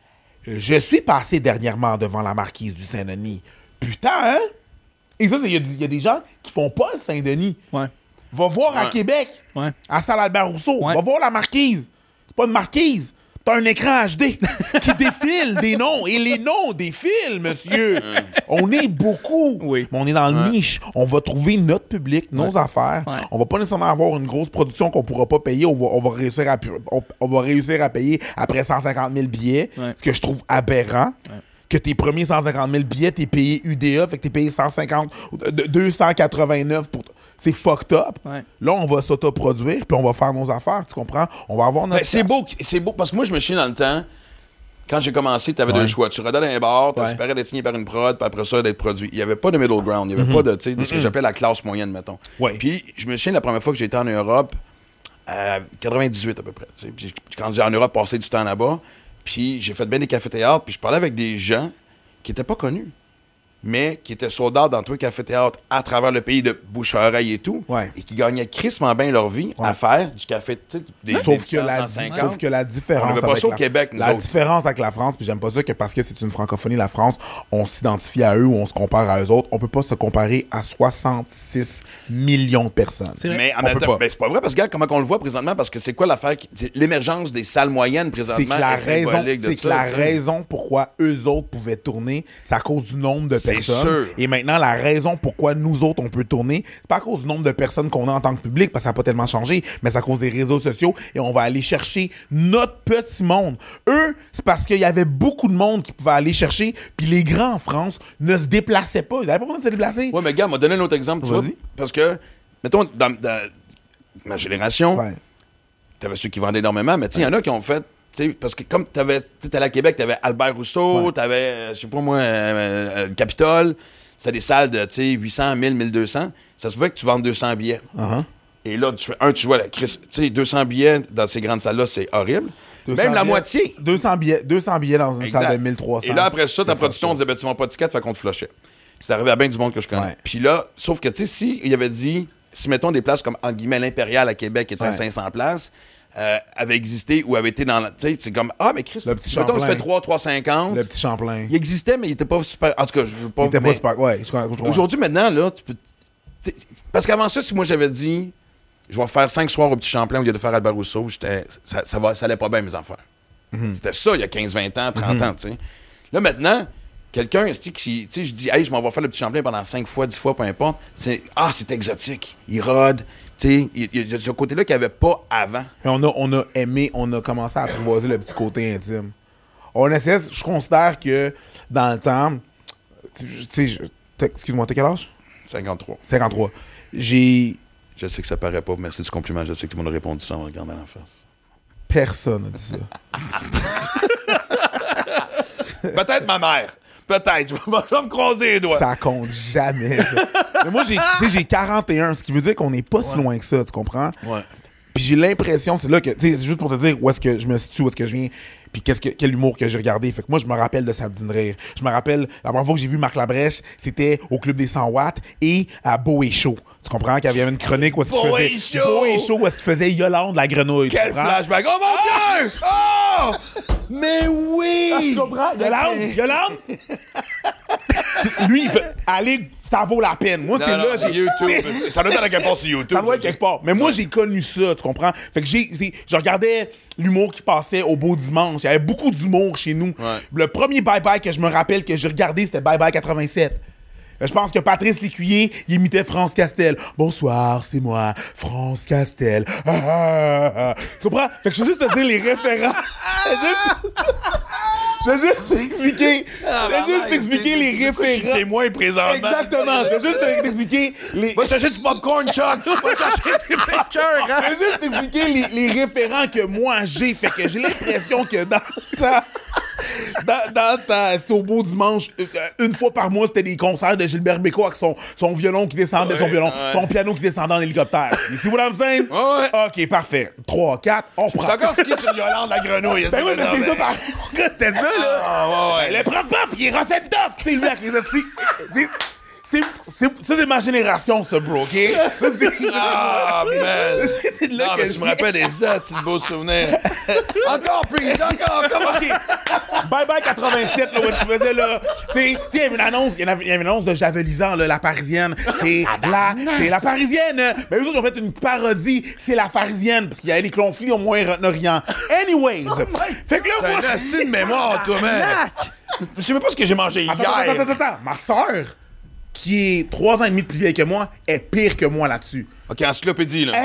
F: Je suis passé dernièrement devant la marquise du Saint-Denis. Putain, hein? Et ça, il y, a- il y a des gens qui font pas le Saint-Denis.
B: Ouais.
F: Va voir à
A: Ouais.
F: Québec,
B: Ouais.
F: à Saint-Albert-Rousseau.
B: Ouais.
F: Va voir la marquise. C'est pas une marquise. T'as un écran H D qui défile des noms. Et les noms défilent, monsieur. On est beaucoup.
B: Oui.
F: Mais on est dans le niche. On va trouver notre public, nos affaires.
B: Ouais.
F: On va pas nécessairement avoir une grosse production qu'on pourra pas payer. On va, on va, réussir, à, pu- on, on va réussir à payer après cent cinquante mille billets.
B: Ouais.
F: Ce que je trouve aberrant. Que tes premiers cent cinquante mille billets, t'es payé U D A, fait que t'es payé cent cinquante, de- deux cent quatre-vingt-neuf pour... C'est fucked up.
B: Ouais.
F: Là, on va s'autoproduire, puis on va faire nos affaires, tu comprends? On va avoir notre...
A: Ben, c'est
F: cash.
A: beau, c'est beau, parce que moi, je me souviens dans le temps, quand j'ai commencé, tu avais
F: Ouais.
A: deux choix. Tu redais dans un bar, tu
F: Ouais.
A: espérais d'être signé par une prod, puis après ça, d'être produit. Il n'y avait pas de middle ground, il n'y avait pas de, tu sais, de ce que j'appelais la classe moyenne, mettons.
F: Ouais.
A: Puis, je me souviens la première fois que j'étais en Europe, à quatre-vingt-dix-huit à peu près, tu sais. Puis, quand j'ai en Europe, passé du temps là-bas, puis j'ai fait bien des cafés-théâtres, puis je parlais avec des gens qui n'étaient pas connus, mais qui étaient soldats dans tous les cafés-théâtres à travers le pays de bouche-à-oreille et tout,
F: Ouais.
A: et qui gagnaient crissement bien leur vie
F: Ouais.
A: à faire du café, tu sais, des,
F: Sauf
A: des
F: que, la,
A: cent cinquante.
F: sauf que la différence.
A: On n'avait pas
F: avec
A: ça au
F: la-
A: Québec, nous
F: La
A: autres.
F: différence avec la France, puis j'aime pas ça que parce que c'est une francophonie, la France, on s'identifie à eux ou on se compare à eux autres. On peut pas se comparer à soixante-six millions de personnes.
B: C'est vrai.
A: Mais en
F: On
A: même
F: peut
A: temps,
F: pas.
A: ben, c'est pas vrai parce que regarde comment on le voit présentement, parce que c'est quoi l'affaire qui- c'est l'émergence des salles moyennes présentement
F: C'est que la
A: est
F: raison,
A: symbolique de
F: c'est que
A: ça,
F: la
A: tu sais.
F: raison pourquoi eux autres pouvaient tourner, c'est à cause du nombre de
A: C'est
F: personnes.
A: sûr.
F: Et maintenant, la raison pourquoi nous autres on peut tourner, c'est pas à cause du nombre de personnes qu'on a en tant que public, parce que ça n'a pas tellement changé, mais c'est à cause des réseaux sociaux et on va aller chercher notre petit monde. Eux, c'est parce qu'il y avait beaucoup de monde qui pouvait aller chercher, puis les grands en France ne se déplaçaient pas. Ils n'avaient pas besoin de se déplacer.
A: Ouais, mais gars, m'a donné un autre exemple, tu vois.
F: Vas-y.
A: Parce que, mettons, dans, dans ma génération,
F: Ouais.
A: t'avais ceux qui vendaient énormément, mais tu sais, il y en a qui ont fait. Tu sais, parce que comme t'avais, tu sais, t'allais à Québec, t'avais Albert Rousseau,
F: Ouais.
A: t'avais, euh, je sais pas moi, euh, euh, le Capitole. C'était des salles de, tu sais, huit cents, mille, mille deux cents. Ça se pouvait que tu vendes deux cents billets.
F: Uh-huh.
A: Et là, tu, un, tu joues à la Chris. Tu sais, deux cents billets dans ces grandes salles-là, c'est horrible.
F: deux
A: Même
F: cents
A: la
F: billets-
A: moitié.
F: deux cents billets, deux cents billets dans une
A: Exact.
F: salle de mille trois cents.
A: Et là, après ça, ta
F: c'est
A: production, on
F: fucked
A: disait, ben, tu vends pas de ticket, fait qu'on te flushait. C'est arrivé à bien du monde que je connais.
F: Ouais.
A: Puis là, sauf que, tu sais, si il avait dit, si mettons des places comme, entre guillemets, l'Impérial à Québec, qui était à
F: Ouais.
A: cinq cents places, euh, avait existé ou avait été dans la. Tu sais, c'est comme, ah, mais Chris,
F: Le petit
A: mettons, tu
F: Champlain.
A: fais trois, trois cinquante.
F: Le petit Champlain.
A: Il existait, mais il était pas super. En tout cas, je veux pas.
F: Il était pas
A: mais-
F: super. Ouais, je comprends. je comprends.
A: Aujourd'hui, maintenant, là, tu peux. tu sais, parce qu'avant ça, si moi j'avais dit, je vais faire cinq soirs au Petit Champlain au lieu de faire Albert Rousseau, j'étais, ça, ça, va, ça allait pas bien, mes affaires.
F: Mhm.
A: C'était ça il y a quinze, vingt ans, trente ans, tu sais. Là, maintenant, quelqu'un, esti, qui, tu sais, je dis, hey, je m'en vais faire le Petit Champlain pendant cinq fois, dix fois, peu importe. C'est, ah, c'est exotique. Il rôde. Tu sais, il il y a ce côté-là qu'il n'y avait pas avant.
F: Et on a, on a aimé, on a commencé à apprivoiser le petit côté intime. On essaie, je considère que dans le temps, tu sais, je- t'as- excuse-moi, t'as quel âge?
A: cinquante-trois.
F: cinquante-trois. J'ai.
A: Je sais que ça paraît pas, merci du compliment. Je sais que tout le monde a répondu ça en regardant en face.
F: Personne a dit ça.
A: Peut-être ma mère. Peut-être. Je vais, je vais me croiser les doigts.
F: Ça compte jamais, ça. Mais moi, j'ai, tu sais, j'ai quarante et un, ce qui veut dire qu'on n'est pas si loin que ça, tu comprends?
A: Ouais.
F: Puis j'ai l'impression, c'est là que, tu sais, c'est juste pour te dire où est-ce que je me situe, où est-ce que je viens, puis qu'est-ce que, quel humour que j'ai regardé. Fait que moi, je me rappelle de Samedi de rire. Je me rappelle, la première fois que j'ai vu Marc Labrèche, c'était au Club des cent watts et à Beau et Chaud. Tu comprends qu'il y avait une chronique où est-ce qu'il
A: Beau
F: faisait...
A: et Chaud!
F: Beau et Chaud, où est-ce qu'il faisait Yolande la grenouille.
A: Quel
F: tu comprends?
A: flashback. Oh mon Dieu! Oh! Mais oui!
F: Ah, tu comprends? Yolande! Yolande! Lui, il fait... Allez, ça vaut la peine. Moi,
A: Non,
F: c'est
A: non,
F: là...
A: c'est
F: j'ai-
A: YouTube. Ça doit être à quelque part sur YouTube.
F: Ça doit être quelque part. Mais moi,
A: Ouais.
F: j'ai connu ça, tu comprends? Fait que j'ai, c'est- je regardais l'humour qui passait au Beau Dimanche. Il y avait beaucoup d'humour chez nous.
A: Ouais.
F: Le premier bye-bye que je me rappelle que j'ai regardé, c'était Bye Bye quatre-vingt-sept. Euh, Je pense que Patrice Lécuyer, il imitait France Castel. Bonsoir, c'est moi, France Castel. Ah, ah, ah. Tu comprends? Fait que je veux juste te dire les référents. Je veux juste- je veux juste t'expliquer. Je veux juste t'expliquer les
A: Je suis
F: référents.
A: témoin présentement.
F: Exactement. Je veux juste t'expliquer les.
A: Va chercher du popcorn, Chuck. Va chercher du popcorn.
F: Je veux juste t'expliquer les, les référents que moi j'ai. Fait que j'ai l'impression que dans ta. Dans, dans ta. C'est au Beau Dimanche, euh, une fois par mois, c'était des concerts de Gilbert Bécaud avec son, son violon qui descendait, son
A: Ouais,
F: violon,
A: ouais.
F: son piano qui descendait en hélicoptère. You see what I'm saying?
A: Ouais, ouais.
F: Ok, parfait. trois, quatre, on
A: C'est
F: prend.
A: encore skié sur Yolande la grenouille.
F: Ben oui, mais
A: non,
F: c'est ça,
A: mais-
F: par c'était ça, là.
A: Ah, ouais, ouais.
F: Le prof pop, il est recette top. Tu sais, lui, avec les hosties. C'est- c'est- c'est- Ça, c'est ma génération, ça, bro, OK? Ça, c'est...
A: Ah, man!
F: C'est de là
A: Non,
F: que
A: mais
F: je
A: tu me rappelles des as, c'est de beaux souvenirs. Encore, Priest, encore, comment?
F: OK. Bye Bye quatre-vingt-sept, là, où est-ce qu'il faisait, là. Tu sais, tu sais, il y avait une annonce, il y avait il y avait une annonce de Javelisant, là, la Parisienne. C'est la, c'est la Parisienne. Mais eux autres, ils ont fait une parodie, c'est la Parisienne, parce qu'il y avait les clonflis au Moyen-Orient. Anyways. Fait que là,
A: T'as
F: moi...
A: un asti de mémoire, toi, man. Je sais même pas ce que j'ai mangé
F: Attends,
A: hier.
F: attends, attends, attends. Ma sœur, qui est trois ans et demi plus vieille que moi, est pire que moi là-dessus.
A: OK, encyclopédie, là.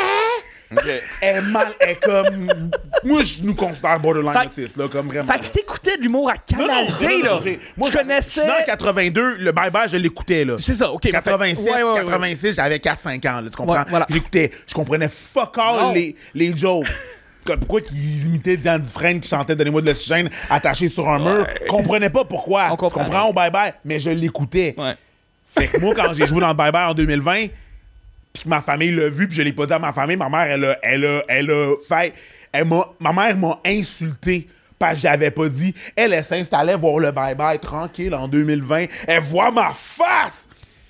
F: Eh?
A: OK.
F: Elle est mal, elle est comme... Moi, je nous considère borderline
B: Fait-
F: autiste, là, comme vraiment.
B: Fait que t'écoutais de l'humour à
F: Non, non,
B: Canal
F: non,
B: D,
F: non,
B: là.
F: non, j'ai- moi,
B: Tu
F: je-
B: connaissais...
F: je suis né en quatre-vingt-deux, le bye-bye, je l'écoutais, là.
B: C'est ça, OK.
F: quatre-vingt-sept,
B: Ouais, ouais, ouais, ouais.
F: quatre-vingt-six, j'avais quatre cinq ans, là, tu comprends?
B: Ouais, voilà.
F: J'écoutais, je comprenais fuck all
B: Non.
F: les, les jokes. Comme pourquoi qu'ils imitaient Diane Dufresne qui chantait Donnez-moi de l'oxygène attaché sur un mur. Je comprenais pas pourquoi.
B: On
F: Tu
B: comprend.
F: comprends au bye-bye, mais je l'écoutais.
B: Ouais.
F: Fait que moi, quand j'ai joué dans le bye-bye en deux mille vingt, puis que ma famille l'a vu, puis je l'ai pas dit à ma famille, ma mère, elle a, elle a, elle a fait... Elle m'a, ma mère m'a insulté parce que j'avais pas dit. Elle, elle s'installait voir le bye-bye tranquille en deux mille vingt. Elle voit ma face!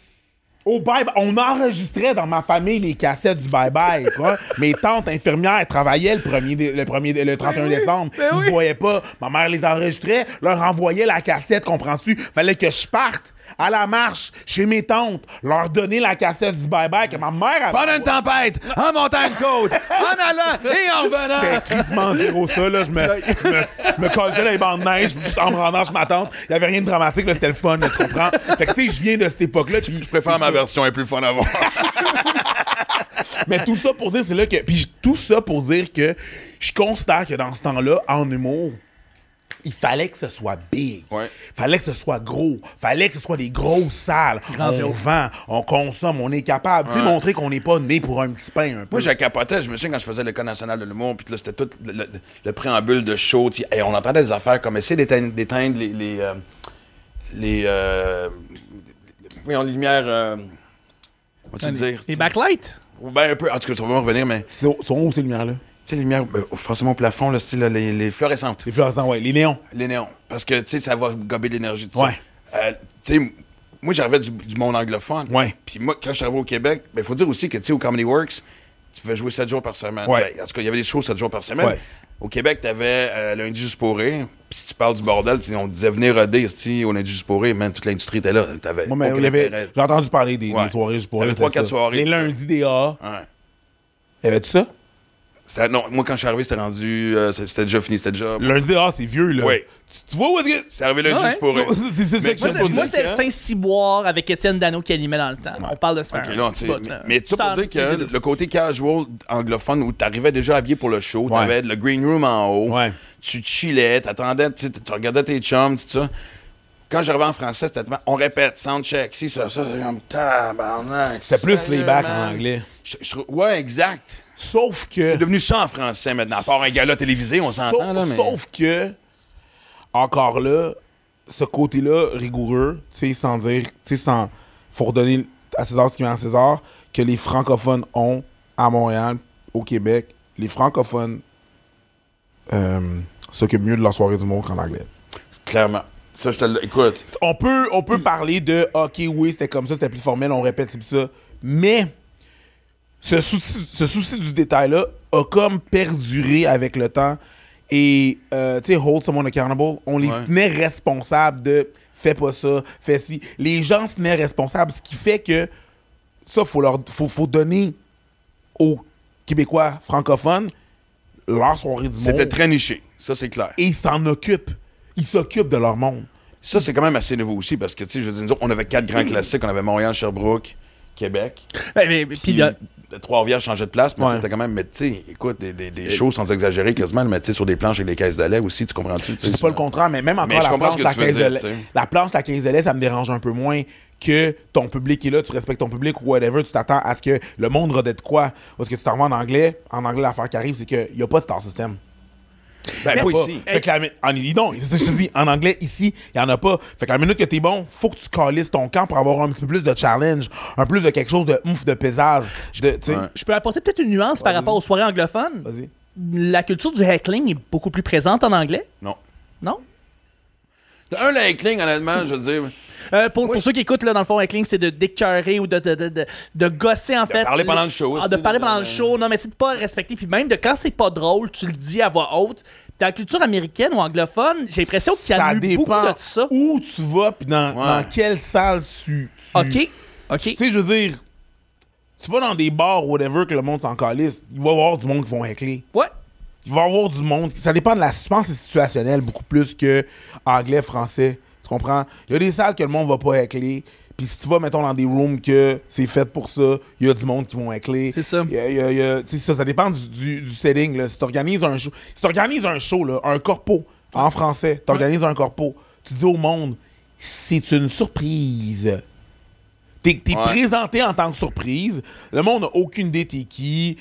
F: Au bye-bye, on enregistrait dans ma famille les cassettes du bye-bye, tu vois. Mes tantes infirmières travaillaient le premier, dé- le premier, dé- le trente et un décembre.
B: ben
F: Ils
B: oui.
F: voyaient pas. Ma mère les enregistrait, leur envoyait la cassette, comprends-tu? Fallait que je parte à la marche chez mes tantes, leur donner la cassette du bye-bye que ma mère avait.
A: Pendant une tempête, en montagne côte, en allant et en revenant.
F: C'était crissement zéro ça, là. Je me, je me, je me collais dans les bancs de neige, juste en me rendant chez ma tante. Il y avait rien de dramatique, là, c'était le fun, là, tu comprends? Fait que, tu sais, je viens de cette époque-là. puis
A: Je préfère ma version, elle est plus fun à voir.
F: Mais tout ça pour dire, c'est là que. Puis tout ça pour dire que je constate que dans ce temps-là, en humour, il fallait que ce soit big.
A: Ouais.
F: Fallait que ce soit gros. Fallait que ce soit des grosses salles. On
B: Grandiose.
F: vend, on consomme, on est capable. Tu sais,
A: Ouais.
F: montrer qu'on n'est pas né pour un petit pain un peu.
A: Moi, j'ai capoté. Je me souviens quand je faisais l'École nationale de l'humour, puis là, c'était tout le, le- le préambule de show. tu sais, et on entendait des affaires comme essayer d'éteindre, d'éteindre les. les, euh, les, euh, les- voyons, les lumières. Euh, comment tu dire?
B: Les backlights?
A: Ben, un peu. En tout cas, ça va me revenir, mais. Tu
F: Sont, sont où ces lumières-là?
A: sais, les lumières, ben, forcément au plafond, là, style, là, les, les fluorescentes.
F: Les fluorescents, ouais. Les néons.
A: Les néons. Parce que, tu sais, ça va gober de l'énergie. tout
F: Ouais.
A: ça. Euh, tu sais, moi, j'arrivais du, du monde anglophone.
F: Ouais.
A: Puis moi, quand je suis arrivé au Québec, il faut dire aussi que, tu sais, au Comedy Works, tu pouvais jouer sept jours par semaine.
F: Ouais.
A: Ben, en tout cas, il y avait des shows sept jours par semaine.
F: Ouais.
A: Au Québec, tu avais euh, lundi juste pour rire. Puis si tu parles du bordel, tu sais, on disait venir roder ici au lundi juste pour rire, même toute l'industrie était là. T'avais
F: Moi, mais
A: aucun
F: il y avait,
A: intérêt.
F: j'ai entendu parler des,
A: Ouais.
F: des soirées juste pour
A: T'avais
F: eux,
A: trois,
F: c'était
A: quatre
F: ça.
A: soirées,
F: Les
A: tout ça.
F: lundis des A.
A: Ouais.
F: Y avait-tu ça?
A: C'était- non, moi, quand je suis arrivé, c'était rendu. euh, c'était déjà fini, c'était déjà.
F: Lundi des A, c'est vieux, là.
A: Oui.
F: Tu, tu vois où est-ce que.
A: C'est arrivé lundi
B: Ouais.
A: juste pour rire.
F: C'est, c'est,
A: Mais
F: c'est
B: Moi,
F: ça
B: c'est-
F: pour
B: moi,
F: dire
B: c'était
F: que-
B: Saint-Cyboire avec Étienne Dano qui animait dans le temps. On parle de ça.
A: OK, là, tu sais, mais,
B: euh,
A: mais tout ça pour dire que le côté casual anglophone où t'arrivais déjà habillé pour le show,
F: Ouais.
A: t'avais le green room en haut,
F: Ouais.
A: tu chillais, t'attendais, tu sais, tu regardais tes chums, tout ça. Quand j'arrivais en français, c'était tellement- on répète, soundcheck, si, ça, ça, c'est comme tabarnak.
F: C'était plus
A: sérieux,
F: layback
A: man.
F: en anglais.
A: Je- je trouve- ouais, exact.
F: Sauf que.
A: C'est devenu ça en français maintenant, à part un gala télévisé, on s'entend,
F: Sauf,
A: là, mais...
F: sauf que, encore là, ce côté-là, rigoureux, tu sais, sans dire, tu sais, sans. Faut redonner à César ce qui vient à César, que les francophones ont à Montréal, au Québec, les francophones euh, s'occupent mieux de leur soirée d'humour qu'en anglais.
A: Clairement. Ça, je te l- Écoute.
F: On peut, on peut parler de OK, oui, c'était comme ça, c'était plus formel, on répète c'est ça. Mais ce souci, ce souci du détail-là a comme perduré avec le temps. Et, euh, tu sais, hold someone accountable, on les
A: Ouais.
F: tenait responsables de fais pas ça, fais ci. Les gens se tenaient responsables, ce qui fait que ça, faut leur faut, faut donner aux Québécois francophones leur soirée du
A: C'était
F: monde.
A: très niché. Ça, c'est clair.
F: Et ils s'en occupent. Ils s'occupent de leur monde.
A: Ça, c'est quand même assez nouveau aussi parce que, tu sais, je veux dire, nous autres, on avait quatre grands classiques. On avait Montréal, Sherbrooke, Québec.
B: Ben, mais-
A: Puis,
B: puis, euh,
A: le Trois-Rivières changeait de place, mais tu sais,
F: Ouais.
A: c'était quand même, mais tu sais, écoute, des, des, des shows sans exagérer quasiment, mais tu sais, sur des planches avec les caisses de lait aussi, tu comprends-tu? tu sais,
F: C'est pas le contraire, mais même encore
A: Mais je
F: la
A: comprends
F: planche,
A: ce que
F: la
A: tu veux
F: caisse de
A: dire,
F: lait,
A: tu sais.
F: la planche, la caisse de lait, ça me dérange un peu moins que ton public est là, tu respectes ton public ou whatever, tu t'attends à ce que le monde redette quoi. Parce que tu t'en vas en anglais, en anglais, l'affaire qui arrive, c'est qu'il n'y a pas de star system.
A: Ben,
F: Y a
A: pas
F: pas.
A: ici.
F: Fait que la, mi- en, dis donc, c'est ça que je te dis, en anglais, ici, il n'y en a pas. Fait que la minute que t'es bon, faut que tu calisses ton camp pour avoir un petit peu plus de challenge, un plus de quelque chose de ouf, de pesage. De, tu sais.
A: Ouais.
B: je peux apporter peut-être une nuance par
F: Vas-y.
B: rapport aux soirées anglophones.
F: Vas-y.
B: La culture du heckling est beaucoup plus présente en anglais,
A: Non.
B: non?
A: De un, le heckling, honnêtement, je veux dire.
B: Euh, pour, pour ceux qui écoutent, là, dans le fond, heckling, c'est de d'écœurer ou de, de, de, de, de gosser, en fait.
A: parler pendant
B: là.
A: le show,
B: Ah,
A: aussi,
B: de parler
A: là,
B: pendant
A: là.
B: le show. Non, mais c'est de pas respecter. Puis même de quand c'est pas drôle, tu le dis à voix haute. Dans la culture américaine ou anglophone, j'ai l'impression qu'il y a
F: Ça
B: eu beaucoup
F: dépend
B: de ça.
F: où tu vas, puis dans,
A: Ouais.
F: dans quelle salle tu... tu
B: OK. OK.
F: Tu sais, je veux dire, tu vas dans des bars ou whatever que le monde s'en calisse, il va y avoir du monde qui vont heckler.
B: Ouais.
F: Il va y avoir du monde. Ça dépend de la. Je pense que c'est situationnel beaucoup plus que anglais, français. Tu comprends? Il y a des salles que le monde va pas heckler. Puis si tu vas, mettons, dans des rooms que c'est fait pour ça, il y a du monde qui vont heckler.
B: C'est ça.
F: Il y a- il y a- il y a- tu sais, ça, ça dépend du, du, du setting. Là. Si tu organises un show, si t'organises un show, là, un corpo, en français, tu organises un corpo, tu dis au monde, c'est une surprise. T'es, t'es
A: Ouais.
F: présenté en tant que surprise. Le monde n'a aucune idée t'es qui.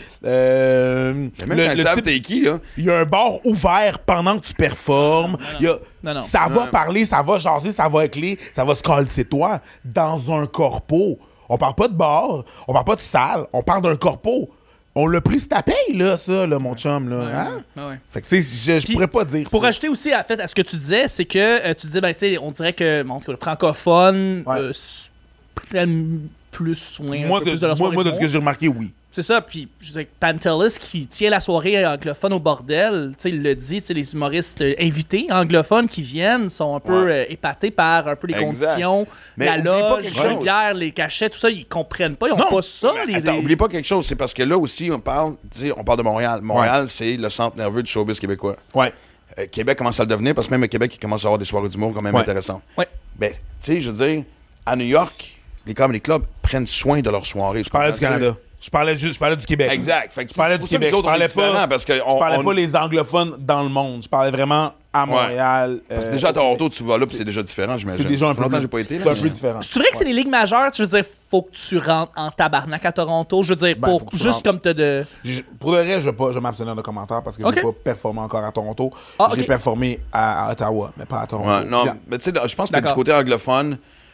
F: Euh,
A: Mais même
F: le-
A: quand
F: le
A: ils savent
F: type-
A: t'es qui, là.
F: il y a un bar ouvert pendant que tu performes. Il y a-
B: Non, non.
F: Ça va
A: Ouais.
F: parler, ça va jaser, ça va écler, ça va se caler, c'est toi. Dans un corpo. On parle pas de bar, on parle pas de salle, on parle d'un corpo. On l'a pris sur ta paye, là, ça, là, mon chum, là. Hein?
B: Ouais, ouais.
F: Fait que, tu sais, je, je
B: Puis,
F: pourrais pas dire
B: Pour
F: ça.
B: rajouter aussi à, fait, à ce que tu disais, c'est que euh, tu disais, ben, tu sais, on dirait que bon, en tout cas, le francophone
F: Ouais.
B: euh, s- prennent plus soin, un
F: Moi,
B: peu
F: de,
B: plus de leur
F: moi,
B: soirée
F: moi, de ce
B: d'humour.
F: que j'ai remarqué, oui.
B: C'est ça, puis je disais que Pantelis qui tient la soirée anglophone au bordel, tu sais, il le dit, tu sais, les humoristes euh, invités anglophones qui viennent sont un peu
A: Ouais.
B: euh, épatés par un peu les
A: Exact.
B: conditions,
A: Mais
B: la
A: oublie pas
B: loge,
A: quelque
B: les
A: chose.
B: bières, les cachets, tout ça, ils comprennent pas, ils ont
F: Non,
B: pas ça.
A: Mais
B: les,
A: attends, oublie pas quelque chose, c'est parce que là aussi, on parle, tu sais, on parle de Montréal. Montréal, c'est le centre nerveux du showbiz québécois.
F: Ouais.
A: Euh, Québec commence à le devenir parce que même au Québec, il commence à avoir des soirées d'humour quand même
F: Ouais.
A: intéressantes.
B: Ouais.
A: Ben, tu sais, je veux dire, à New York, les comedy clubs prennent soin de leurs soirées.
F: Je parlais du Canada. Je parlais juste, je parlais du Québec.
A: Exact. Fait que
F: Je parlais
A: c'est
F: du
A: pour ça que
F: Québec.
A: nous
F: Je
A: autres, on est
F: parlais
A: différents,
F: pas,
A: parce que
F: je
A: on-
F: parlais
A: on-
F: pas les anglophones dans le monde. Je parlais vraiment à Montréal.
A: Parce que
F: euh,
A: déjà à
F: au
A: Toronto,
F: Québec.
A: tu vas là, puis c'est déjà différent, j'imagine.
F: C'est déjà un
A: Ça fait
F: peu
A: longtemps
F: plus,
A: que j'ai pas été.
F: c'est
A: Là,
F: un peu
A: mais-
F: différent.
B: C'est vrai que c'est les ligues majeures, tu veux dire, faut que tu rentres en tabarnak à Toronto, je veux dire,
F: Ben,
B: pour
F: faut que tu
B: juste
F: rentres.
B: comme t'as de...
F: Je- Pour le reste, je vais pas, je vais m'abstenir de commentaires parce que
B: Ok.
F: j'ai pas performé encore à Toronto.
B: Ah,
F: J'ai
B: ok.
F: performé à, à Ottawa, mais pas à Toronto.
A: Ouais, non,
F: Bien.
A: mais tu sais, je pense que
B: D'accord.
A: du côté anglophone,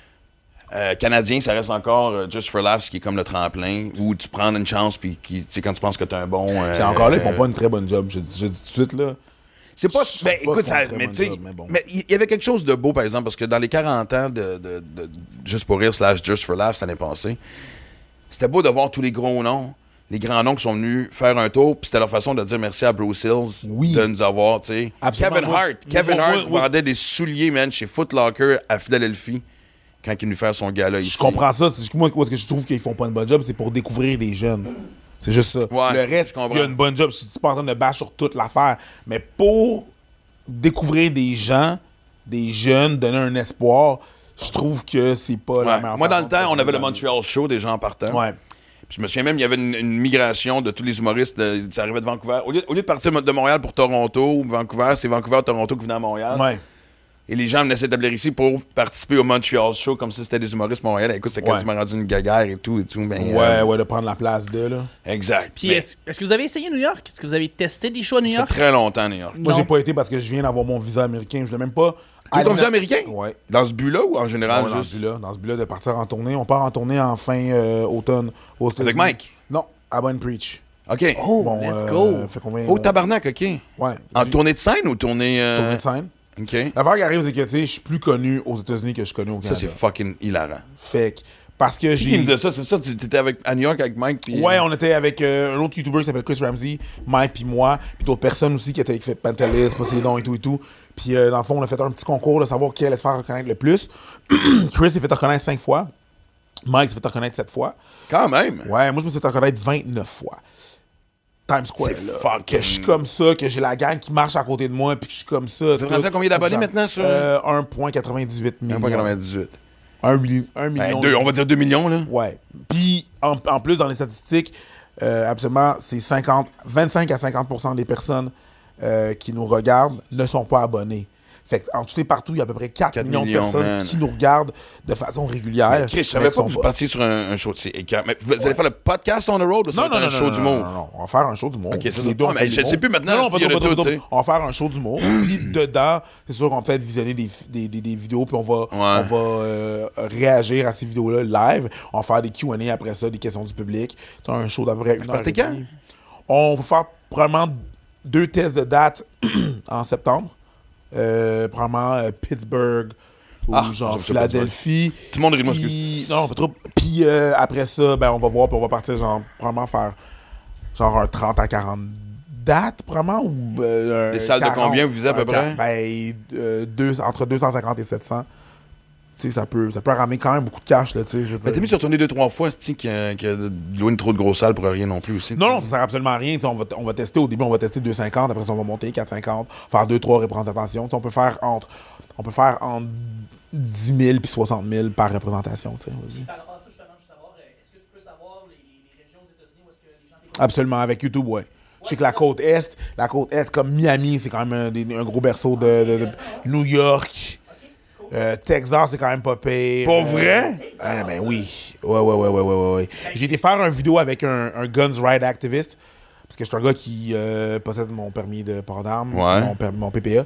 A: euh, canadien, ça reste encore euh, Just for Laughs qui est comme le tremplin où tu prends une chance, puis qui, tu sais, quand tu penses que t'es un bon. euh,
F: Puis encore là, ils font
A: euh,
F: pas une très bonne job. Je, je dis tout de suite, là.
A: C'est pas.
F: Je
A: Ben,
F: trouve pas
A: écoute,
F: qu'ils
A: ça,
F: font un très
A: mais
F: bon
A: tu sais,
F: job, mais bon.
A: mais il y avait quelque chose de beau, par exemple, parce que dans les quarante ans de, de, de Juste pour rire slash Just for Laughs l'année passée, c'était beau de voir tous les gros noms, les grands noms qui sont venus faire un tour, puis c'était leur façon de dire merci à Bruce Hills
F: Oui.
A: de nous avoir, tu sais.
F: Absolument.
A: Kevin
F: Moi,
A: Hart,
F: moi,
A: Kevin
F: moi,
A: Hart
F: moi,
A: vendait des souliers, man, chez Foot Locker à Philadelphie quand il est venu faire son gala ici.
F: Je comprends ça. C'est- Moi, où est-ce que je trouve qu'ils font pas une bonne job, c'est pour découvrir les jeunes. C'est juste ça.
A: Ouais,
F: le reste,
A: je comprends.
F: il y a une bonne job. Je suis pas en train de bâcher sur toute l'affaire. Mais pour découvrir des gens, des jeunes, donner un espoir, je trouve que c'est pas la
A: Ouais.
F: meilleure
A: Moi, dans
F: façon
A: le temps,
F: de
A: on avait le
F: faire.
A: Montreal Show, des gens en partant.
F: Ouais.
A: Puis je me souviens même, il y avait une, une migration de tous les humoristes. De, ça arrivait de Vancouver. Au lieu, au lieu de partir de Montréal pour Toronto, ou Vancouver, c'est Vancouver, Toronto qui venait à Montréal.
F: Ouais.
A: Et les gens venaient s'établir ici pour participer au Montreal Show, comme si c'était des humoristes Montréal. Écoute, c'est
F: Ouais.
A: quasiment rendu une gaguerre et tout. Et tout ben,
F: Ouais,
A: euh,
F: ouais, de prendre la place de, là.
A: Exact.
B: Puis
A: Mais
B: est-ce, est-ce que vous avez essayé New York? Est-ce que vous avez testé des shows à New
A: ça
B: York?
A: fait très longtemps, New York.
F: Moi,
B: Non.
F: j'ai pas été parce que je viens d'avoir mon visa américain. Je voulais même pas.
A: T'as ton visa américain?
F: Ouais.
A: Dans ce but-là ou en général?
F: Ouais, dans
A: juste...
F: ce but-là, dans ce but-là de partir en tournée. On part en tournée en fin euh, automne. Aux
A: Avec
F: États-Unis.
A: Mike?
F: Non, à Bonne Preach.
A: OK.
B: Oh,
F: Bon,
B: let's
F: euh,
B: go!
F: Fait qu'on vient,
A: Oh,
F: euh,
A: tabarnak, OK.
F: Ouais.
A: En
F: Puis,
A: tournée de scène ou tournée... euh,
F: tournée de scène.
A: OK.
F: L'affaire qui arrive, c'est que, tu sais, je suis plus connu aux États-Unis que je suis connu au
A: Ça,
F: Canada.
A: c'est fucking hilarant.
F: Fait que, parce que
A: C'est qui
F: j'ai...
A: me disait ça? C'est ça? Tu étais avec, à New York avec Mike? Puis,
F: Ouais, on était avec euh, un autre YouTuber qui s'appelle Chris Ramsey, Mike puis moi, puis d'autres personnes aussi qui étaient qui fait Pantelis, Poséidon et tout et tout. Puis euh, dans le fond, on a fait un petit concours de savoir qui allait se faire reconnaître le plus. Chris s'est fait reconnaître cinq fois. Mike s'est fait reconnaître sept fois.
A: Quand même.
F: Ouais, moi je me suis fait reconnaître vingt-neuf fois. Times Square,
A: C'est
F: là.
A: fucking-
F: Que je suis comme ça, que j'ai la gang qui marche à côté de moi, puis que je suis comme ça.
A: Tu es rendu à combien d'abonnés maintenant sur-
F: Euh, un virgule quatre-vingt-dix-huit millions.
A: un virgule quatre-vingt-dix-huit.
F: un million. un
A: Ben,
F: million.
A: deux, on va dire deux millions, là.
F: Ouais. Puis, en, en plus, dans les statistiques, euh, absolument, c'est cinquante, vingt-cinq à cinquante pour cent des personnes euh, qui nous regardent ne sont pas abonnées. Fait qu'en tout et partout, il y a à peu près quatre,
A: quatre
F: millions,
A: millions,
F: de personnes
A: man.
F: qui nous regardent de façon régulière.
A: Mais Chris, je
F: mais
A: savais
F: qui
A: pas
F: sont
A: que vous partiez sur un, un show de... c'est écœurant. Mais vous allez
F: Ouais.
A: faire le podcast on the road ou ça
F: Non,
A: va
F: non,
A: être
F: non,
A: un show
F: non,
A: du
F: non,
A: monde?
F: non, non, on va faire un show du monde.
A: Ok, c'est
F: Les
A: ça.
F: deux, on
A: Ah, mais
F: fait
A: je
F: du
A: sais
F: monde.
A: plus maintenant
F: Non, non,
A: s'il y a
F: pas
A: le
F: trop,
A: tout,
F: pas trop,
A: tu sais.
F: On va faire un show du monde. Puis dedans, c'est sûr qu'on fait visionner des, des, des, des vidéos, puis on va, on va euh, réagir à ces vidéos-là live. On va faire des Q and A après ça, des questions du public. C'est un show d'à peu près une heure
A: partez
F: et
A: quand?
F: demie. On va faire probablement deux tests de date en septembre. Euh, probablement euh, Pittsburgh ou
A: Ah,
F: genre
A: j'aime ça,
F: Philadelphie.
A: Tout le monde rit de moi,
F: Puis-
A: excuse.
F: Non, pas trop. Puis euh, après ça, ben, on va voir, puis on va partir, genre, probablement faire genre un trente à quarante dates, probablement. Ou, euh,
A: Les salles de
F: quarante,
A: combien vous visez à peu
F: un
A: près?
F: quar- Ben, euh, deux, entre deux cent cinquante et sept cents. Tu sais, ça peut, ça peut ramener quand même beaucoup de cash, là, tu sais. je veux
A: Mais
F: dire.
A: t'es mis sur tourner deux, trois fois, c'est-tu qu'il y a, qu'il y a de louer trop de grosses salles pour rien non plus aussi?
F: Non, non, ça sert absolument à rien. Tu sais, On va, on va tester au début, on va tester deux cinquante, après ça, on va monter quatre cinquante, faire deux trois représentations. Tu sais, On peut faire entre, on peut faire entre dix mille puis soixante mille par représentation. tu sais, vas-y.
B: Par rapport à ça, justement, je veux savoir, euh, est-ce que tu peux savoir les, les régions aux États-Unis où est-ce que les gens t'écoutent?
F: Absolument, avec YouTube, ouais. Je sais que la côte Est, la côte Est, comme Miami, c'est quand même un, des- un gros berceau de, de- de- New York. Euh, Texas, c'est quand même pas pire.
A: Pour
F: Euh,
A: vrai?
F: Ah, ben oui. Ouais, ouais, ouais, ouais, ouais, ouais, ouais. J'ai été faire une vidéo avec un, un Guns Right Activist. Parce que je suis un gars qui euh, possède mon permis de port d'armes,
A: Ouais.
F: mon, permis- mon P P A.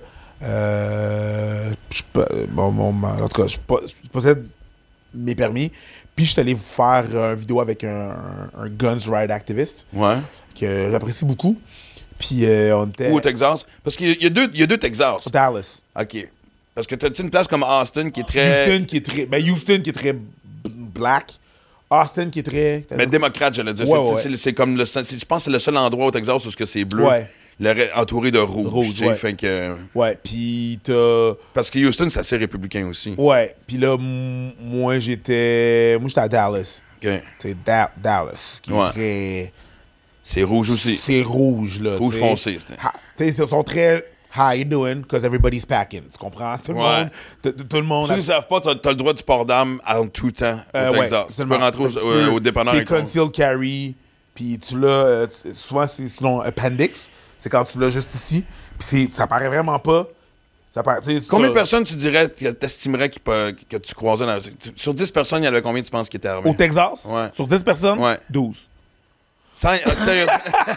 F: Euh, je po- mon, mon- en tout cas, je, po- je possède mes permis. Puis je suis allé faire une vidéo avec un, un Guns Right Activist
A: Ouais.
F: que j'apprécie beaucoup. Puis euh, on était
A: Ou au Texas? Parce qu'il y a- il y a deux, il y a deux Texas.
F: à Dallas.
A: OK. Parce que t'as une place comme Austin qui est très...
F: Houston qui est très. Ben Houston qui est très b- black. Austin qui est très.
A: Mais démocrate, j'allais dire.
F: Ouais,
A: C'est-
F: ouais.
A: c'est c'est comme le... c'est- Je pense que c'est le seul endroit au Texas où ce que c'est bleu.
F: Ouais.
A: Le re- entouré de rouge.
F: Rouge,
A: tu sais,
F: ouais.
A: fait que...
F: Ouais. Puis t'as.
A: Parce que Houston, c'est assez républicain aussi.
F: Ouais. Puis là, m- moi j'étais. Moi j'étais à Dallas.
A: OK.
F: C'est Da- Dallas. Qui
A: Ouais.
F: est très.
A: C'est rouge aussi.
F: C'est rouge, là.
A: Rouge
F: tu sais.
A: foncé, c'était.
F: Ha- Tu sais, ils sont très. How you doing? Because everybody's packing. Tu comprends? Tout le
A: Ouais.
F: monde. t- t- Tout le monde.
A: Ceux qui ne savent pas, t'as as le droit du port d'armes en tout temps au
F: Euh, ouais,
A: Texas. tu peux
F: seulement.
A: rentrer
F: Fait que
A: au,
F: tu
A: au-
F: peux-
A: au dépanneur
F: T'es
A: avec ton-
F: concealed carry, puis tu l'as, euh, tu- souvent c'est sinon appendix, c'est quand tu l'as juste ici, puis c'est- ça paraît vraiment pas. Ça paraît, tu sais,
A: Combien de
F: t'as-
A: personnes tu dirais, que t'estimerais qu'il peut- que tu croisais dans... tu- Sur dix personnes, il y en avait combien tu penses qui étaient armés?
F: Au Texas,
A: Ouais.
F: sur dix personnes,
A: Ouais.
F: douze.
A: Sans- ah, sérieusement.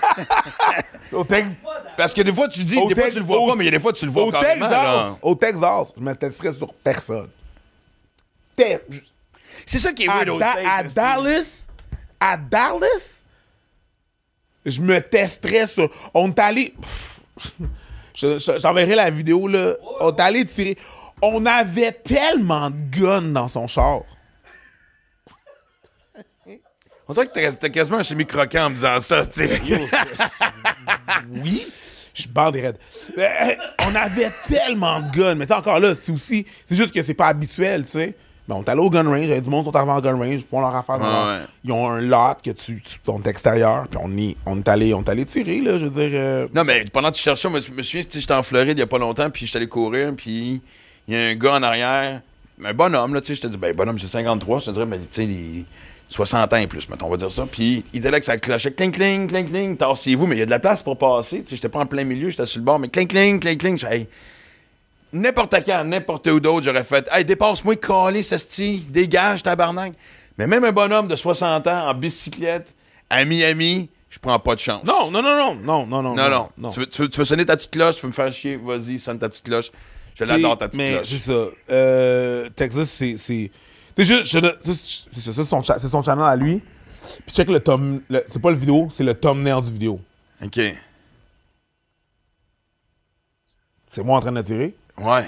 F: Au, Tex-
A: Parce que des fois, tu dis,
F: Au
A: des fois,
F: Tex-
A: tu le vois
F: au-
A: pas, mais il y a des fois, tu le vois
F: au
A: carrément.
F: Texas,
A: là.
F: au Texas, je m'intéresserais sur personne. Te-
A: C'est ça qui est
F: à,
A: weird aux
F: Da-
A: States,
F: à
A: esti.
F: Dallas, à Dallas, je me testerais sur. On est allé. Je- je- J'enverrai la vidéo, là. On est allé tirer. On avait tellement de guns dans son char.
A: On dirait que t'as- t'as quasiment un semi-croquant en me disant ça, tu sais.
F: Oui, je bande des raides. Euh, on avait tellement de guns. Mais c'est encore là, c'est aussi. C'est juste que c'est pas habituel, tu sais. Mais on est allé au gun range, il y avait du monde qui sont arrivés en gun range, ils font leur affaire dans
A: Ouais,
F: leur-
A: ouais.
F: Ils ont un lot que tu, tu on est extérieur, puis on est, on est allé, on est allé tirer, là, je veux dire. euh,
A: Non, mais pendant que tu cherchais, moi, je me souviens, tu sais, j'étais en Floride il y a pas longtemps, puis j'étais allé courir, puis il y a un gars en arrière, un bonhomme, là, tu sais, je te dis, ben, bonhomme, j'ai cinquante-trois, je te dirais, mais, tu sais, il- soixante ans et plus, mettons, on va dire ça. Puis il était là que ça clochait, cling, cling, cling, cling, tassez-vous, mais il y a de la place pour passer, tu sais, j'étais pas en plein milieu, j'étais sur le bord, mais cling, cling, cling, cling, je hey, n'importe quand, n'importe où d'autre, j'aurais fait « Hey, dépasse-moi, calé, cesti, dégage, tabarnak. » Mais même un bonhomme de soixante ans en bicyclette à Miami, je prends pas de chance.
F: Non, non, non, non, non, non, non.
A: Non, non.
F: non.
A: Tu, veux, tu, veux, tu veux sonner ta petite cloche, tu veux me faire chier, vas-y, sonne ta petite cloche. Je l'adore, ta petite
F: mais
A: cloche.
F: c'est ça. Euh, Texas, c'est... C'est c'est juste... je- C'est ça, c'est son, cha- c'est son channel à lui. Puis check le thumb... le- C'est pas le vidéo, c'est le thumbnail du vidéo.
A: OK.
F: C'est moi en train de tirer.
A: Ouais.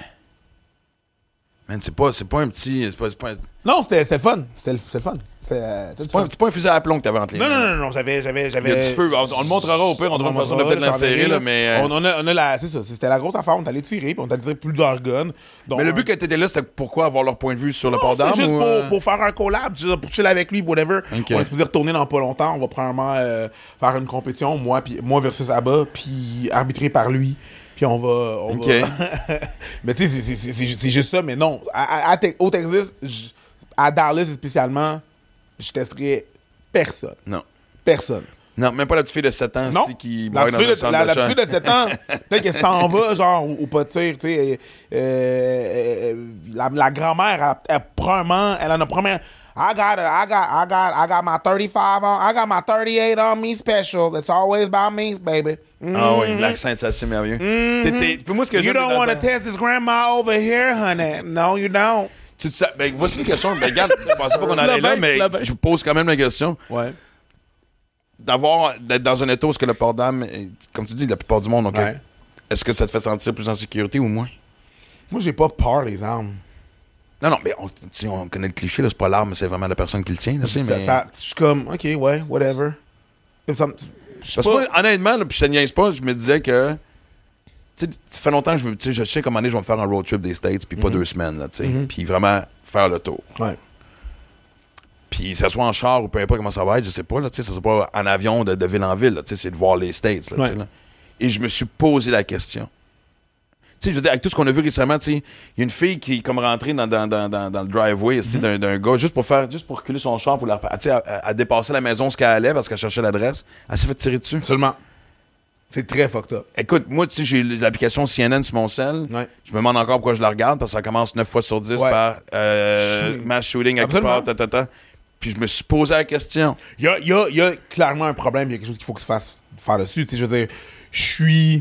A: Man, c'est pas, c'est pas un petit... C'est pas, c'est pas, un,
F: Non, c'était c'était le fun. C'était le, c'était le fun. C'est euh,
A: c'est pas, un- c'est pas un fusil à plomb que t'avais entre les
F: Non, non,
A: mains.
F: non, non, j'avais... j'avais,
A: Il y a
F: j'avais...
A: du feu. On, on le montrera au pire, on devrait faire ça de peut-être l'insérer, là, mais... euh,
F: On, on, a, on a la... C'est ça, c'était la grosse affaire. On est allé tirer, puis on est allé tirer plusieurs guns. dont
A: Mais le
F: un-
A: but que t'étais là, c'était pourquoi avoir leur point de vue sur le
F: Non,
A: port
F: c'était
A: d'armes?
F: juste
A: ou,
F: pour,
A: euh,
F: pour faire un collab, juste pour chiller avec lui, whatever.
A: Ok.
F: On est supposé retourner dans pas longtemps. On va probablement euh, faire une compétition, moi, puis moi versus Abba, puis arbitrer par lui. Puis on va... On
A: Ok.
F: va... mais tu sais, c'est- c'est- c'est c'est- c'est juste ça. Mais non, à, à- à Te- au Texas, j- à Dallas spécialement, je testerais personne.
A: Non.
F: Personne.
A: Non, même pas la petite fille de sept ans
F: Non.
A: c'est qui
F: La
A: boit dans
F: petite
A: un
F: fille
A: centre
F: de, la,
A: de
F: la
A: champ.
F: petite fille de sept ans, peut-être qu'elle s'en va, genre, au, au pas de tir, tu sais. euh, euh, euh, la, la grand-mère, elle, elle, probablement, elle en a probablement... I got, a, I got, I got, I got my thirty-five on, I got my thirty-eight on me special. It's always about me, baby. Mm-hmm.
A: Ah oui, l'accent, c'est assez merveilleux. T'es- t'es- moi, ce que
F: You
A: j'aime
F: don't
A: dans
F: want to
A: un-
F: test this grandma over here, honey. No, you don't.
A: Tu te sais- ben, voici une question. Ben, regarde, je pensais pas qu'on
B: Tu
A: allait
B: l'as
A: là,
B: bien, tu l'as bien.
A: mais je vous pose quand même la question.
F: Ouais.
A: D'avoir, d'être dans un état où est-ce que le port d'armes, est- comme tu dis, la plupart du monde, OK.
F: Ouais.
A: Est-ce que ça te fait sentir plus en sécurité ou moins?
F: Moi, j'ai pas peur, les armes.
A: Non, non, mais on, tu sais, on connaît le cliché, là, c'est pas l'arme, c'est vraiment la personne qui le tient. Là, tu sais,
F: Ça-
A: mais...
F: ça- Je suis comme, OK, ouais, whatever. Ça me- je sais
A: Parce que
F: pas-
A: moi, honnêtement, là, puis je te niaise pas, je me disais que. Tu sais, ça fait longtemps que je veux. Tu sais, je sais comment je vais me faire un road trip des States, puis pas deux semaines, là, tu sais.
F: Mhm.
A: Puis vraiment faire le tour.
F: Ouais.
A: Puis, que ce soit en char ou peu importe comment ça va être, je sais pas, là, tu sais, ça sera pas en avion de, de ville en ville, là, tu sais, c'est de voir les States, là, tu sais,
F: Ouais.
A: là. Et je me suis posé la question. Tu sais, je veux dire, avec tout ce qu'on a vu récemment, tu sais, il y a une fille qui est comme rentrée dans, dans, dans, dans, dans le driveway ici d'un, d'un gars, juste pour faire, juste pour reculer son char, pour la, tu sais, à, à dépasser la maison ce qu'elle allait parce qu'elle cherchait l'adresse. Elle s'est fait tirer dessus.
F: Seulement. C'est très fucked up.
A: Écoute, moi, tu sais, j'ai l'application C N N sur mon cell.
F: Ouais.
A: Je me demande encore pourquoi je la regarde, parce que ça commence neuf fois sur dix
F: Ouais.
A: par euh,
F: Shooting.
A: mass shooting à quelque
F: Absolument.
A: part, ta, ta, ta. Puis je me suis posé la question.
F: Il y a, il y a- il y a clairement un problème, il y a quelque chose qu'il faut que se fasse faire dessus. Tu sais, je veux dire, je suis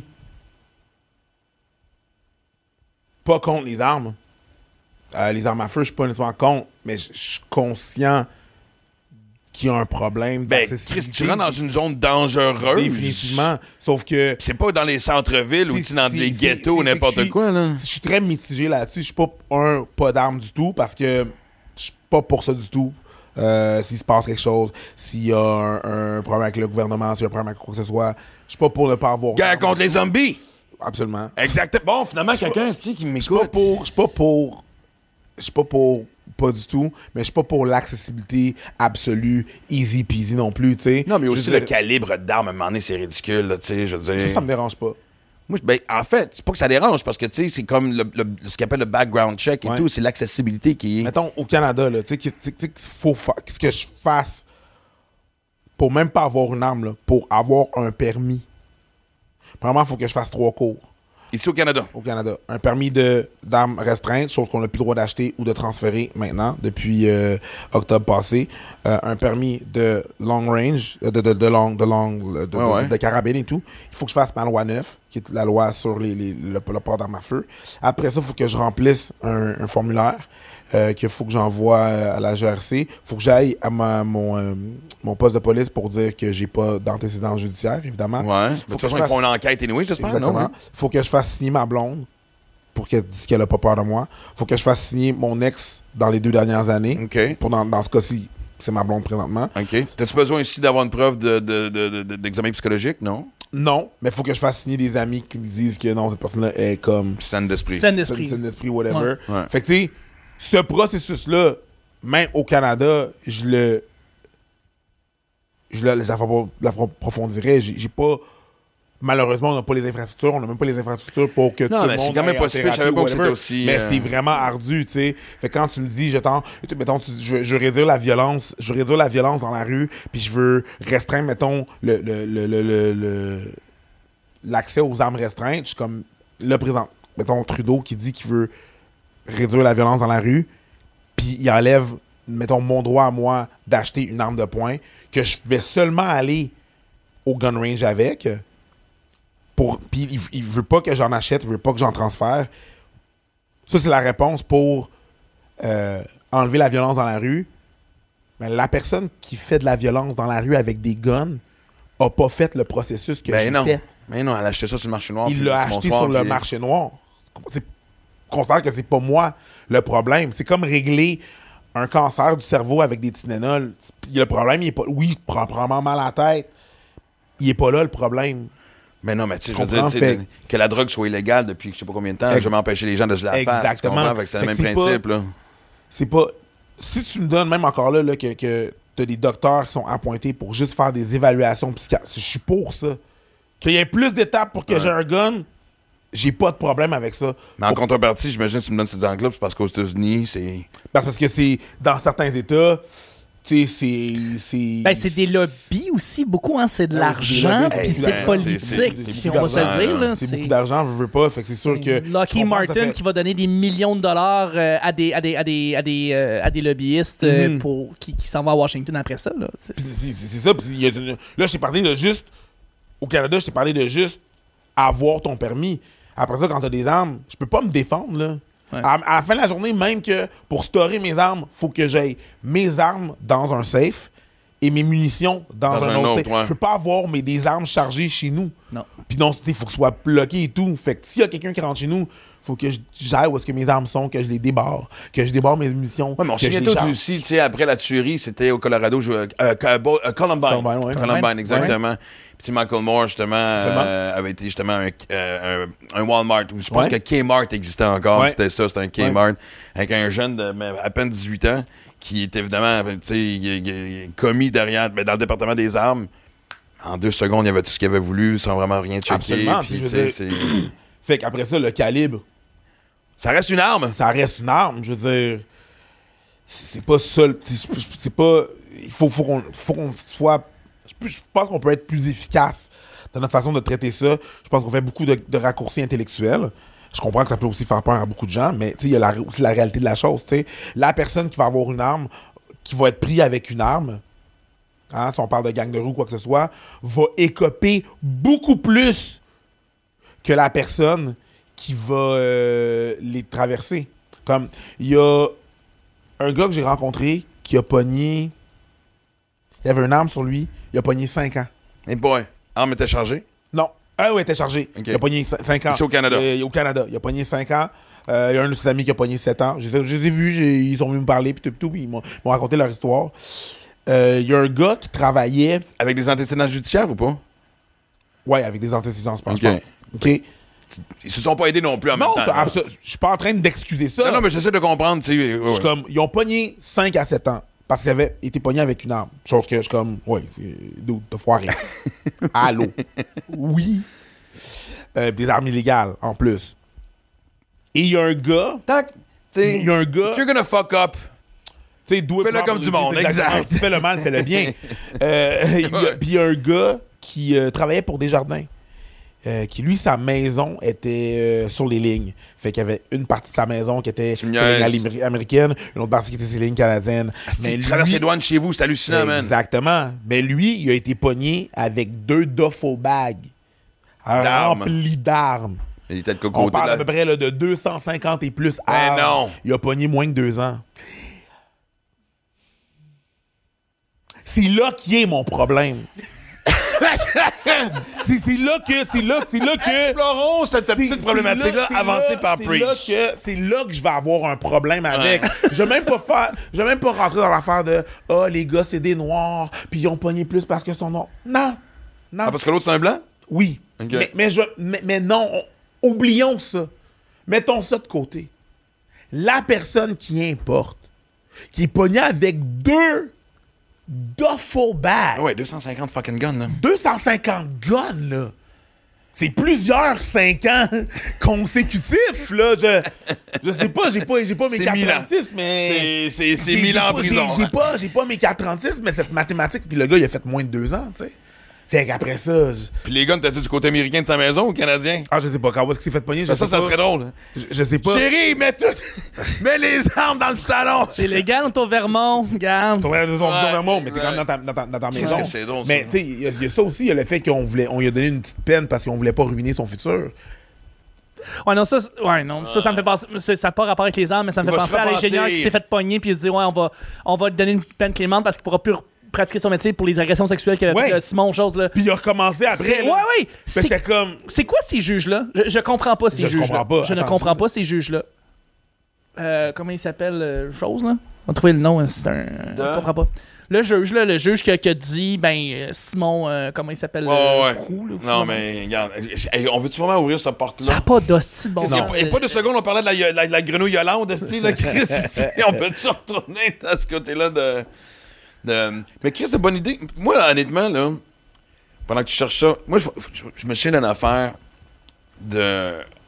F: pas contre les armes. Euh, les armes à feu, je suis pas nécessairement contre, mais je je suis conscient qu'il y a un problème
A: Ben,
F: d'accessibilité.
A: Chris, tu rentres dans une zone dangereuse.
F: Définitivement. Sauf que...
A: Puis c'est pas dans les centres-villes ou tu sais, dans
F: C'est-
A: des
F: c'est-
A: ghettos ou
F: c'est-
A: n'importe
F: c'est-
A: quoi, là.
F: Je suis très mitigé là-dessus. Je suis pas, un, pas d'armes du tout parce que je suis pas pour ça du tout. Euh, s'il se passe quelque chose, s'il y a un, un problème avec le gouvernement, s'il y a un problème avec quoi que ce soit, je suis pas pour ne pas avoir.
A: Guerre
F: d'armes.
A: contre les zombies.
F: Absolument.
A: Exactement. Bon, finalement, quelqu'un ici qui
F: Je suis pas
A: m'écoute.
F: pour. Je suis pas pour. Je suis pas pour. Pas du tout. Mais je suis pas pour l'accessibilité absolue, easy peasy non plus, tu sais.
A: Non, mais
F: Je
A: aussi
F: veux
A: le
F: dire,
A: calibre d'armes, à un moment donné, c'est ridicule, là, tu sais, je veux
F: ça,
A: dire.
F: ça me dérange pas.
A: Moi, je- ben, en fait, c'est pas que ça dérange, parce que, tu sais, c'est comme le, le- ce qu'on appelle le background check et
F: Ouais.
A: tout, c'est l'accessibilité qui est...
F: Mettons, au Canada, là, tu sais, qu'est- tu sais, qu'il faut fa- qu'est-ce que je fasse pour même pas avoir une arme, là, pour avoir un permis. Premièrement, il faut que je fasse trois cours
A: Ici au Canada.
F: au Canada. Un permis de d'armes restreintes, chose qu'on n'a plus le droit d'acheter ou de transférer maintenant, depuis euh, octobre passé. Euh, un permis de long range, euh, de, de, de long, de, long, de, de-
A: Ouais, ouais.
F: de- de carabine et tout. Il faut que je fasse ma loi neuf, qui est la loi sur les, les- le, le port d'armes à feu. Après ça, il faut que je remplisse un, un formulaire euh, qu'il faut que j'envoie euh, à la G R C. Il faut que j'aille à ma, mon, euh, mon poste de police pour dire que j'ai pas d'antécédents judiciaires, évidemment.
A: Ouais. De
F: Faut
A: toute
F: que
A: façon,
F: je
A: ils font
F: fasse-
A: une enquête anyway, j'espère, non?
F: Exactement. Il faut que je fasse signer ma blonde pour qu'elle dise qu'elle a pas peur de moi. Il faut que je fasse signer mon ex dans les deux dernières années.
A: OK.
F: Pour dans, dans ce cas-ci, c'est ma blonde présentement.
A: OK. T'as-tu besoin ici d'avoir une preuve de, de, de- de- d'examen psychologique, non?
F: Non, mais il faut que je fasse signer des amis qui me disent que non, cette personne-là est comme
A: Saine d'esprit.
B: Scène d'esprit.
F: scène d'esprit, whatever.
A: Ouais. Ouais.
F: Fait que tu sais, ce processus-là, même au Canada, je le. Je le- l'approf- l'approfondirais. J'ai j'ai pas. Malheureusement, on n'a pas les infrastructures. On n'a même pas les infrastructures pour que
A: Non,
F: tout le
A: mais c'est
F: monde
A: quand même
F: aille
A: pas
F: en
A: si pire. Je
F: thérapie
A: savais pas
F: ou
A: que c'était
F: whatever.
A: aussi,
F: Mais
A: euh,
F: c'est vraiment ardu, tu sais. Fait que quand tu me dis, j'attends, mettons, tu- je, je veux réduire la violence, je veux réduire la violence dans la rue, puis je veux restreindre, mettons, le, le, le, le, le- le- l'accès aux armes restreintes, je suis comme, là, présent, mettons, Trudeau qui dit qu'il veut réduire la violence dans la rue, puis il enlève, mettons, mon droit à moi d'acheter une arme de poing, que je vais seulement aller au gun range avec, pour, puis il, il veut pas que j'en achète, il veut pas que j'en transfère. Ça, c'est la réponse pour euh, enlever la violence dans la rue. Mais la personne qui fait de la violence dans la rue avec des guns a pas fait le processus que
A: Ben
F: j'ai
A: non.
F: fait.
A: Mais non, elle a acheté ça sur le marché noir.
F: Il
A: puis
F: l'a
A: c'est mon
F: acheté
A: soir,
F: sur le
A: puis-
F: marché noir. C'est, je considère que c'est pas moi le problème. C'est comme régler un cancer du cerveau avec des Tylenol. Le problème, il est pas... Oui, je prends probablement mal à la tête. Il est pas là, le problème.
A: Mais non, mais tu sais,
F: Tu
A: je veux dire,
F: comprends,
A: tu sais,
F: fait-
A: de- que la drogue soit illégale depuis je sais pas combien de temps,
F: Ex-
A: je vais empêcher les gens de se la faire.
F: Exactement.
A: Tu comprends? Fait que c'est le
F: Fait
A: même
F: que c'est
A: principe,
F: pas-
A: là.
F: C'est pas... Si tu me donnes, même encore là, là que, que t'as des docteurs qui sont appointés pour juste faire des évaluations psychiatriques, je suis pour ça. Qu'il y ait plus d'étapes pour que
A: Ouais.
F: j'ai un gun, j'ai pas de problème avec ça.
A: Mais en
F: Pour-
A: contrepartie, j'imagine que tu me donnes ces exemples-là, c'est parce qu'aux États-Unis, c'est.
F: Parce parce que c'est... Dans certains États, tu sais, c'est... c'est...
B: Ben, c'est des lobbies aussi, beaucoup, hein. C'est de
F: Ah oui, c'est des
B: l'argent,
F: lobbies,
B: puis
A: c'est-
B: c'est
A: c'est-
B: politique.
A: c'est-
F: c'est
B: Puis
F: beaucoup
B: on va se
F: d'argent,
B: le dire, là.
F: C'est beaucoup d'argent, je veux pas. Fait que c'est sûr que...
B: Lockheed
F: je comprends que ça
B: Martin
F: fait-
B: qui va donner des millions de dollars euh, à des à des à des à des, euh, à des lobbyistes euh,
F: Mhm.
B: pour qui, qui s'en vont à Washington après ça, là. C'est-
F: Puis C'est c'est- c'est ça. Puis il y a une- là, je t'ai parlé de juste... Au Canada, je t'ai parlé de juste avoir ton permis. Après ça, quand t'as des armes, je peux pas me défendre, là.
B: Ouais.
F: À, à la fin de la journée, même que pour storer mes armes, faut que j'aille mes armes dans un safe et mes munitions dans,
A: Dans
F: un,
A: un
F: autre.
A: autre,
F: safe.
A: ouais.
F: Je peux pas avoir mes, des armes chargées chez nous.
B: Non.
F: Puis non, il faut que ce soit bloqué et tout. Fait que s'il y a quelqu'un qui rentre chez nous, faut que je- j'aille où est-ce que mes armes sont, que je les débarre, que je débarre mes munitions.
A: Ouais, mais on
F: que
A: se
F: je
A: souvient
F: les
A: tous
F: charge.
A: aussi, tu sais, après la tuerie, c'était au Colorado, je, euh, euh, Bo- euh, Columbine.
F: Columbine, ouais.
A: Columbine, exactement. Puis tu sais, Michael Moore, justement, euh, avait été justement un, euh, un, un Walmart, où je pense
F: Ouais.
A: que Kmart existait encore,
F: Ouais.
A: c'était ça, c'était un Kmart, avec un jeune de mais, à peine dix-huit ans, qui est évidemment, tu sais, il- il- il- commis derrière, mais dans le département des armes. En deux secondes, il avait tout ce qu'il avait voulu, sans vraiment rien checker.
F: Absolument,
A: Puis,
F: tu
A: tu
F: sais,
A: sais,
F: je veux
A: c'est-
F: Fait qu'après ça, le calibre,
A: ça reste une arme.
F: ça reste une arme. Je veux dire, c'est c'est pas ça. le- C'est c'est pas. Il faut, faut qu'on faut qu'on soit. Je je pense qu'on peut être plus efficace dans notre façon de traiter ça. Je pense qu'on fait beaucoup de, de raccourcis intellectuels. Je comprends que ça peut aussi faire peur à beaucoup de gens, mais tu sais, il y a la, aussi la réalité de la chose. Tu sais, la personne qui va avoir une arme, qui va être prise avec une arme, hein, si on parle de gang de rue ou quoi que ce soit, va écoper beaucoup plus que la personne qui va euh, les traverser. Comme, il y a un gars que j'ai rencontré qui a pogné... Il avait une arme sur lui, il a pogné cinq ans.
A: Et boy, arme était chargée.
F: Non, ah oui, il était chargé.
A: Ok.
F: Il a pogné cinq ans.
A: Ici au Canada.
F: Euh, au Canada. Il a pogné cinq ans. Euh, il y a un de ses amis qui a pogné sept ans. Je les ai, je les ai vus, j'ai- ils sont venus me parler, puis tout, tout, puis ils m'ont ils m'ont raconté leur histoire. Euh, Il y a un gars qui travaillait...
A: Avec des antécédents judiciaires ou pas?
F: Ouais, avec des antécédents, je pense.
A: Ok.
F: je pense. OK?
A: Ils se sont pas aidés non plus en
F: Non,
A: même temps.
F: ça-
A: là.
F: abso- je suis pas en train d'excuser ça.
A: Non, non, mais j'essaie de comprendre, tu sais. ouais,
F: Je
A: ouais.
F: suis comme, ils ont pogné cinq à sept ans parce qu'ils avaient été pognés avec une arme. Chose que je suis comme, ouais, c'est dude, t'as foiré. Allô? Oui. Euh, des armes illégales, en plus. Et il y a un gars,
A: Tac, tu sais,
F: il y a un gars,
A: if you're gonna fuck up,
F: tu sais, do it
A: Fais-le comme
F: properly,
A: du monde,
F: c'est exactement.
A: exact.
F: Si tu fais le mal, fais le bien. Euh, il y a-
A: Ouais.
F: Puis il y a un gars qui euh, travaillait pour Desjardins. Euh, qui, lui, sa maison était euh, sur les lignes. Fait qu'il y avait une partie de sa maison qui était
A: Tu
F: sur
A: me
F: les
A: niaises.
F: lignes améri- américaines, une autre partie qui était sur les lignes canadiennes.
A: si tu traverses les douanes chez vous, c'est hallucinant, man.
F: Exactement. Mais lui, il a été pogné avec deux duffel bags
A: D'armes.
F: remplis d'armes.
A: Il était de
F: On
A: côté
F: parle
A: de
F: à
A: la...
F: peu près là, de deux cent cinquante et plus
A: Ben
F: armes.
A: non.
F: Il a pogné moins que deux ans. C'est là qui est mon problème. c'est c'est là que... C'est là, c'est là que...
A: Explorons cette
F: C'est-
A: petite
F: c'est
A: problématique-là
F: là- c'est
A: avancée
F: là-
A: par
F: c'est
A: Preach.
F: là que- C'est là que je vais avoir un problème avec. Je vais même pas faire, je vais même pas rentrer dans l'affaire de « Ah, les gars, c'est des noirs, puis ils ont pogné plus parce que sont noirs. » Non. Non.
A: Ah, parce que l'autre, c'est un blanc?
F: Oui.
A: Ok.
F: Mais, mais, je, mais, mais non, on- oublions ça. Mettons ça de côté. La personne qui importe, qui est pognée avec deux duffel bags,
A: Ah ouais, deux cent cinquante fucking guns, là.
F: deux cent cinquante guns, là. C'est plusieurs cinq ans consécutifs, là. Je, je sais pas, j'ai pas, j'ai pas mes
A: C'est
F: quatre
A: mille ans.
F: trente-six, mais...
A: C'est- c'est- c'est
F: j'ai-
A: mille
F: j'ai
A: ans en
F: pas-
A: prison,
F: J'ai, j'ai
A: hein.
F: pas, j'ai pas mes quatre trente-six, mais cette mathématique, puis le gars, il a fait moins de deux ans, tu sais. Fait qu'après ça, je...
A: Puis les gars, t'as-tu du côté américain de sa maison ou canadien?
F: Ah, je sais pas, quand est-ce qu'il s'est fait pogner, je
A: Ben,
F: sais
A: ça, ça
F: pas.
A: serait drôle.
F: Je, je sais pas.
A: Chérie, mets tout. Mets les armes dans le salon.
B: C'est légal, on est au Vermont, regarde.
F: Ton verre de son
A: Ouais,
F: Vermont, mais t'es quand
A: ouais.
F: même dans ta, dans ta, dans ta
A: Qu'est-ce
F: maison.
A: que c'est drôle,
F: Mais
A: ça.
F: tu sais, il y, a- il y a ça aussi, il y a le fait qu'on voulait, on lui a donné une petite peine parce qu'on voulait pas ruiner son futur.
B: Ouais, non, ça, c'est- ouais, non, ça, ça me fait penser. c'est- Ça n'a pas rapport avec les armes, mais ça me
A: Il
B: fait
A: va se
B: penser à l'ingénieur
A: repentir.
B: qui s'est fait pogner puis il a dit, ouais, on va, on va te donner une peine clémente parce qu'il pourra plus pratiquer son métier pour les agressions sexuelles qu'il avait
F: Ouais.
B: fait, euh, Simon, chose, là.
F: Puis il a recommencé après.
B: C'est-
F: là.
B: ouais, ouais.
F: Fait que
B: C'est
F: j'étais comme.
B: c'est quoi ces juges-là? Je, je comprends pas ces
F: Je
B: juges-là.
F: comprends pas.
B: Je ne
F: Attends,
B: comprends
F: je-
B: pas ces juges-là. Euh, comment il s'appelle, euh, chose, là? On va trouver le nom, hein, c'est un... Je comprends pas. Le juge, là, le juge qui a, qui a dit, ben, euh, Simon, euh, comment il s'appelle?
A: Ouais,
B: euh,
A: ouais.
B: Proulx, là,
A: Non,
B: Proulx.
A: mais regarde. Hey, on veut-tu vraiment ouvrir cette
B: Ça
A: porte-là?
B: n'a pas d'hostie de bon
A: Il y a
B: sens.
A: pas- et pas de seconde, on parlait de la, la, la grenouille Yolande, esti, là, Chris. On peut-tu retourner à ce côté-là de, de... Mais Chris, c'est une bonne idée. Moi, là, honnêtement, là, pendant que tu cherches ça, moi, je, je, je me souviens d'une affaire de...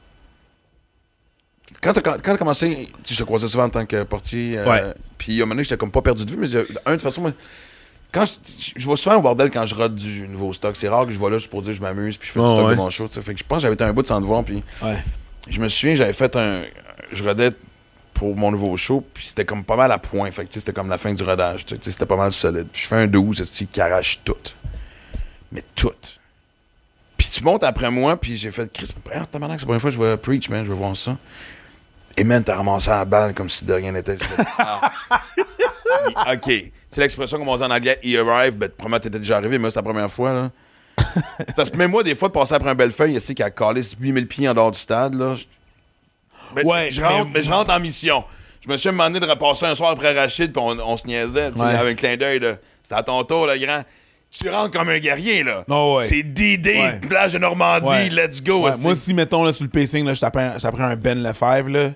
A: Quand t'as quand t'as commencé, tu sais, je te croisais souvent en tant que portier, euh,
F: Ouais.
A: puis à un moment donné, j'étais comme pas perdu de vue, mais de, un, de toute façon, moi, quand je, je vais souvent au bordel quand je rate du nouveau stock. C'est rare que je vais là juste pour dire je m'amuse, puis je fais du
F: Oh,
A: stock
F: ouais.
A: de mon show, tu sais. Fait que je pense que j'avais été un bout de sans te voir, puis...
F: Ouais.
A: Je me souviens, j'avais fait un. Je rodais pour mon nouveau show, puis c'était comme pas mal à point. Fait que tu sais, c'était comme la fin du rodage. Tu sais, c'était pas mal solide. Puis je fais un douze, c'est qui arrache tout. Mais tout. Puis tu montes après moi, puis j'ai fait Chris, ah, tabarnak, c'est la première fois que je vais preach, man, je vais voir ça. Et man, t'as ramassé la balle comme si de rien n'était. J'ai fait, ah. Il- OK. Tu sais l'expression comme on dit en anglais, he arrived, ben probablement t'étais déjà arrivé, mais c'est la première fois, là. Parce que même moi, des fois, de passer après un Bellefeuille, il y a qui a calé huit mille pieds en dehors du stade, là. Je, ben,
F: Ouais,
A: je rentre,
F: mais-
A: mais je rentre en mission. Je me suis demandé de repasser un soir après Rachid, puis on, on se niaisait, tu sais,
F: Ouais.
A: avec un clin d'œil, là. C'est à ton tour, le grand. Tu rentres comme un guerrier, là.
F: Non, ouais.
A: C'est D-Day,
F: Ouais.
A: plage de Normandie,
F: Ouais.
A: let's go.
F: Ouais,
A: aussi.
F: moi, si, mettons, là, sur le pacing, là, je tapais un, je taperais un Ben Lefebvre, là.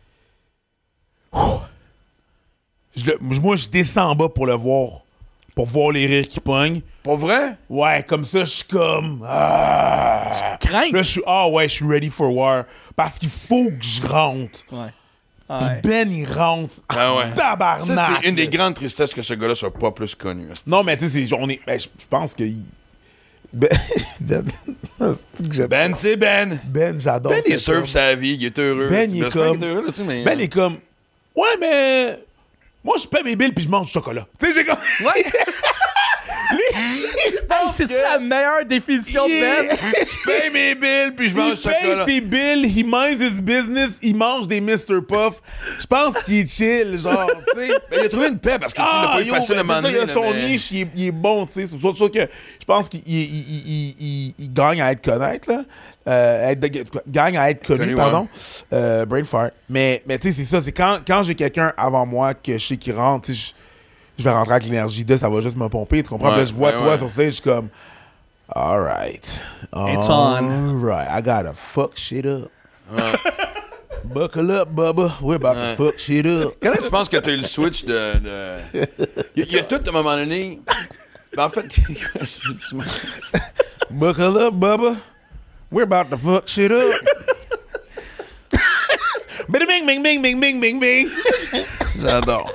F: Ouh. Je le- moi, je descends en bas pour le voir. Pour voir les rires qui pognent.
A: Pour vrai?
F: Ouais, comme ça, je suis comme... Ah.
B: Crains.
F: Là, je suis... Ah ouais, je suis ready for war. Parce qu'il faut que je rentre.
B: Ouais.
F: Puis
B: Ouais.
F: Ben, il rentre.
A: Ah ouais.
F: Tabarnak.
A: Ça, c'est une des
F: là.
A: grandes tristesses que ce gars-là soit pas plus connu. esti.
F: Non, mais tu sais, c'est- on est... ben, je je pense que... il- Ben... Ben... c'est que j'aime-
A: Ben, c'est Ben.
F: Ben, j'adore
A: Ben, il
F: cet homme.
A: surfe sa vie, il est heureux.
F: Ben, il est
A: J'espère qu'il
F: comme-
A: heureux, là, tu sais, mais...
F: Ben, il est comme... Ouais, mais... Moi, je paie mes billes puis je mange du chocolat. Tu sais, j'ai comme...
B: Ouais.
F: Lui, je
B: Hey,
F: pense
B: c'est
F: que-
B: ça la meilleure définition de Ben?
A: Je paye mes billes, puis je mange
F: Il
A: du
F: paye
A: chocolat.
F: ses billes, he minds his business, il mange des mister Puff. Je pense qu'il est chill, genre, tu sais.
A: Ben, il a trouvé une paix parce que tu sais, il a
F: Ah,
A: pas eu
F: yo,
A: facile
F: ben,
A: à
F: c'est ça,
A: manger.
F: il a
A: là,
F: son
A: mais-
F: niche, il est, il est bon, tu sais. C'est autre chose que je pense qu'il il, il, il, il, il gagne à être connaître, là. Euh, être de- gagne à être connu,
A: Connu,
F: pardon. Euh, brain fart. Mais, mais tu sais, c'est ça, c'est quand, quand j'ai quelqu'un avant moi que je sais qui rentre, tu sais, je- je vais rentrer avec l'énergie de ça va juste me pomper, tu comprends?
A: Ouais,
F: Puis là, je vois
A: ouais,
F: toi
A: ouais.
F: sur stage, je suis comme, alright.
B: It's on.
F: Alright, I gotta fuck shit up. Buckle up, Bubba. We're about
A: Ouais.
F: to fuck shit up.
A: Quand est-ce que tu penses que tu as eu le switch de. de... Il, y a, il y a tout à un moment donné. Ben, en fait.
F: Buckle up, Bubba. We're about to fuck shit up. Bing, bing, bing, bing, bing, bing, bing, bing.
A: J'adore.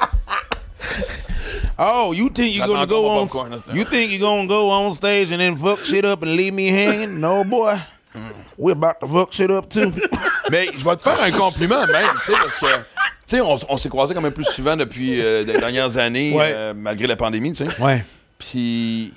F: Oh, you think you're
A: J'attends
F: gonna go
A: encore mon
F: on?
A: popcorn, that's it.
F: You think you're gonna go on stage and then fuck shit up and leave me hanging? No, boy. We're about to fuck shit up too.
A: Mais je vais te faire un compliment même, tu sais, parce que. Tu sais, on, on s'est croisés quand même plus souvent depuis euh, les dernières années,
F: Ouais.
A: euh, malgré la pandémie, tu sais.
F: Ouais.
A: Puis.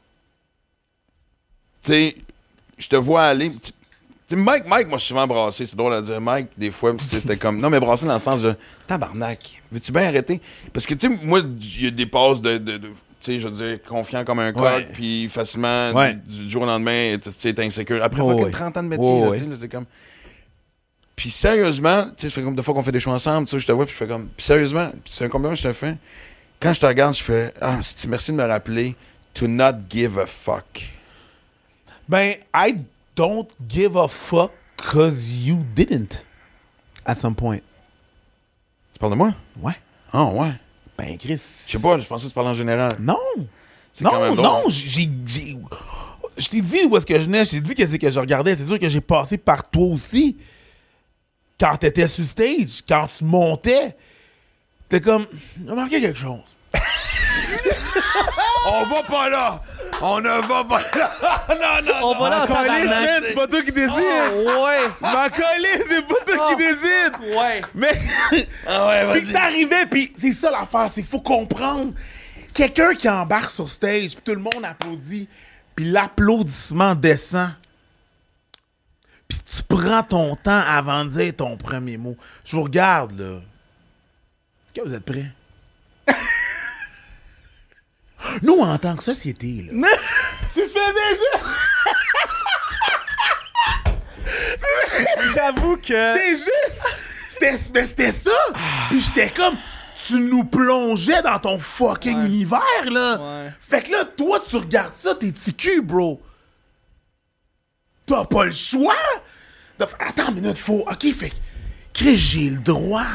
A: Tu sais, je te vois aller. Tu sais, Mike, Mike m'a souvent brassé. C'est drôle à dire. Mike, des fois, tu sais, c'était comme. Non, mais brassé dans le sens de. Tabarnak, veux-tu bien arrêter? Parce que, tu sais, moi, il y a des passes de. de, de tu sais, je veux dire, confiant comme un coq,
F: Ouais.
A: puis facilement,
F: Ouais.
A: du, du jour au lendemain, tu sais, t'es insécure. Après,
F: Oh,
A: fucking
F: ouais.
A: trente ans de métier,
F: Oh,
A: là,
F: ouais.
A: tu sais, là, c'est comme. Puis sérieusement, tu sais, ça fait comme deux fois qu'on fait des choix ensemble, tu sais, je te vois, puis je fais comme. Puis sérieusement, puis c'est un compliment que je te fais. Quand je te regarde, je fais. Ah, c'est- merci de me rappeler to not give a fuck.
F: Ben, I don't give a fuck cause you didn't. At some point.
A: Tu parles de moi?
F: Ouais.
A: Ah, ouais.
F: Ben, Chris.
A: Je sais pas, je pensais que tu parlais en général.
F: Non.
A: C'est quand
F: Non,
A: même drôle.
F: non, j'ai. j'ai- Je t'ai dit où est-ce que je venais, je t'ai dit qu'est-ce que je regardais. C'est sûr que j'ai passé par toi aussi. Quand t'étais sur stage, quand tu montais, t'es comme. J'ai remarqué quelque chose.
A: On va pas là! On ne va pas là! Non, non,
B: On va là en
F: Ma calisse,
B: tabarnak.
F: man, c'est pas toi qui décide!
B: Oh, ouais.
F: Ma calisse, c'est pas toi qui
B: Oh.
F: décide!
B: Ouais.
F: Mais.
A: Ah ouais,
F: Puis t'arrivais, puis c'est ça l'affaire, c'est qu'il faut comprendre. Quelqu'un qui embarque sur stage, puis tout le monde applaudit, puis l'applaudissement descend. Puis tu prends ton temps avant de dire ton premier mot. Je vous regarde, là. Est-ce que vous êtes prêts? Nous, en tant que société, là. Tu fais déjà!
B: J'avoue que.
F: C'était juste! C'était, mais c'était ça! Puis j'étais comme, tu nous plongeais dans ton fucking
B: Ouais.
F: univers, là!
B: Ouais.
F: Fait que là, toi, tu regardes ça, t'es ticu, bro! T'as pas le choix! De... Attends une minute, faut... OK, fait que... Chris, j'ai le droit!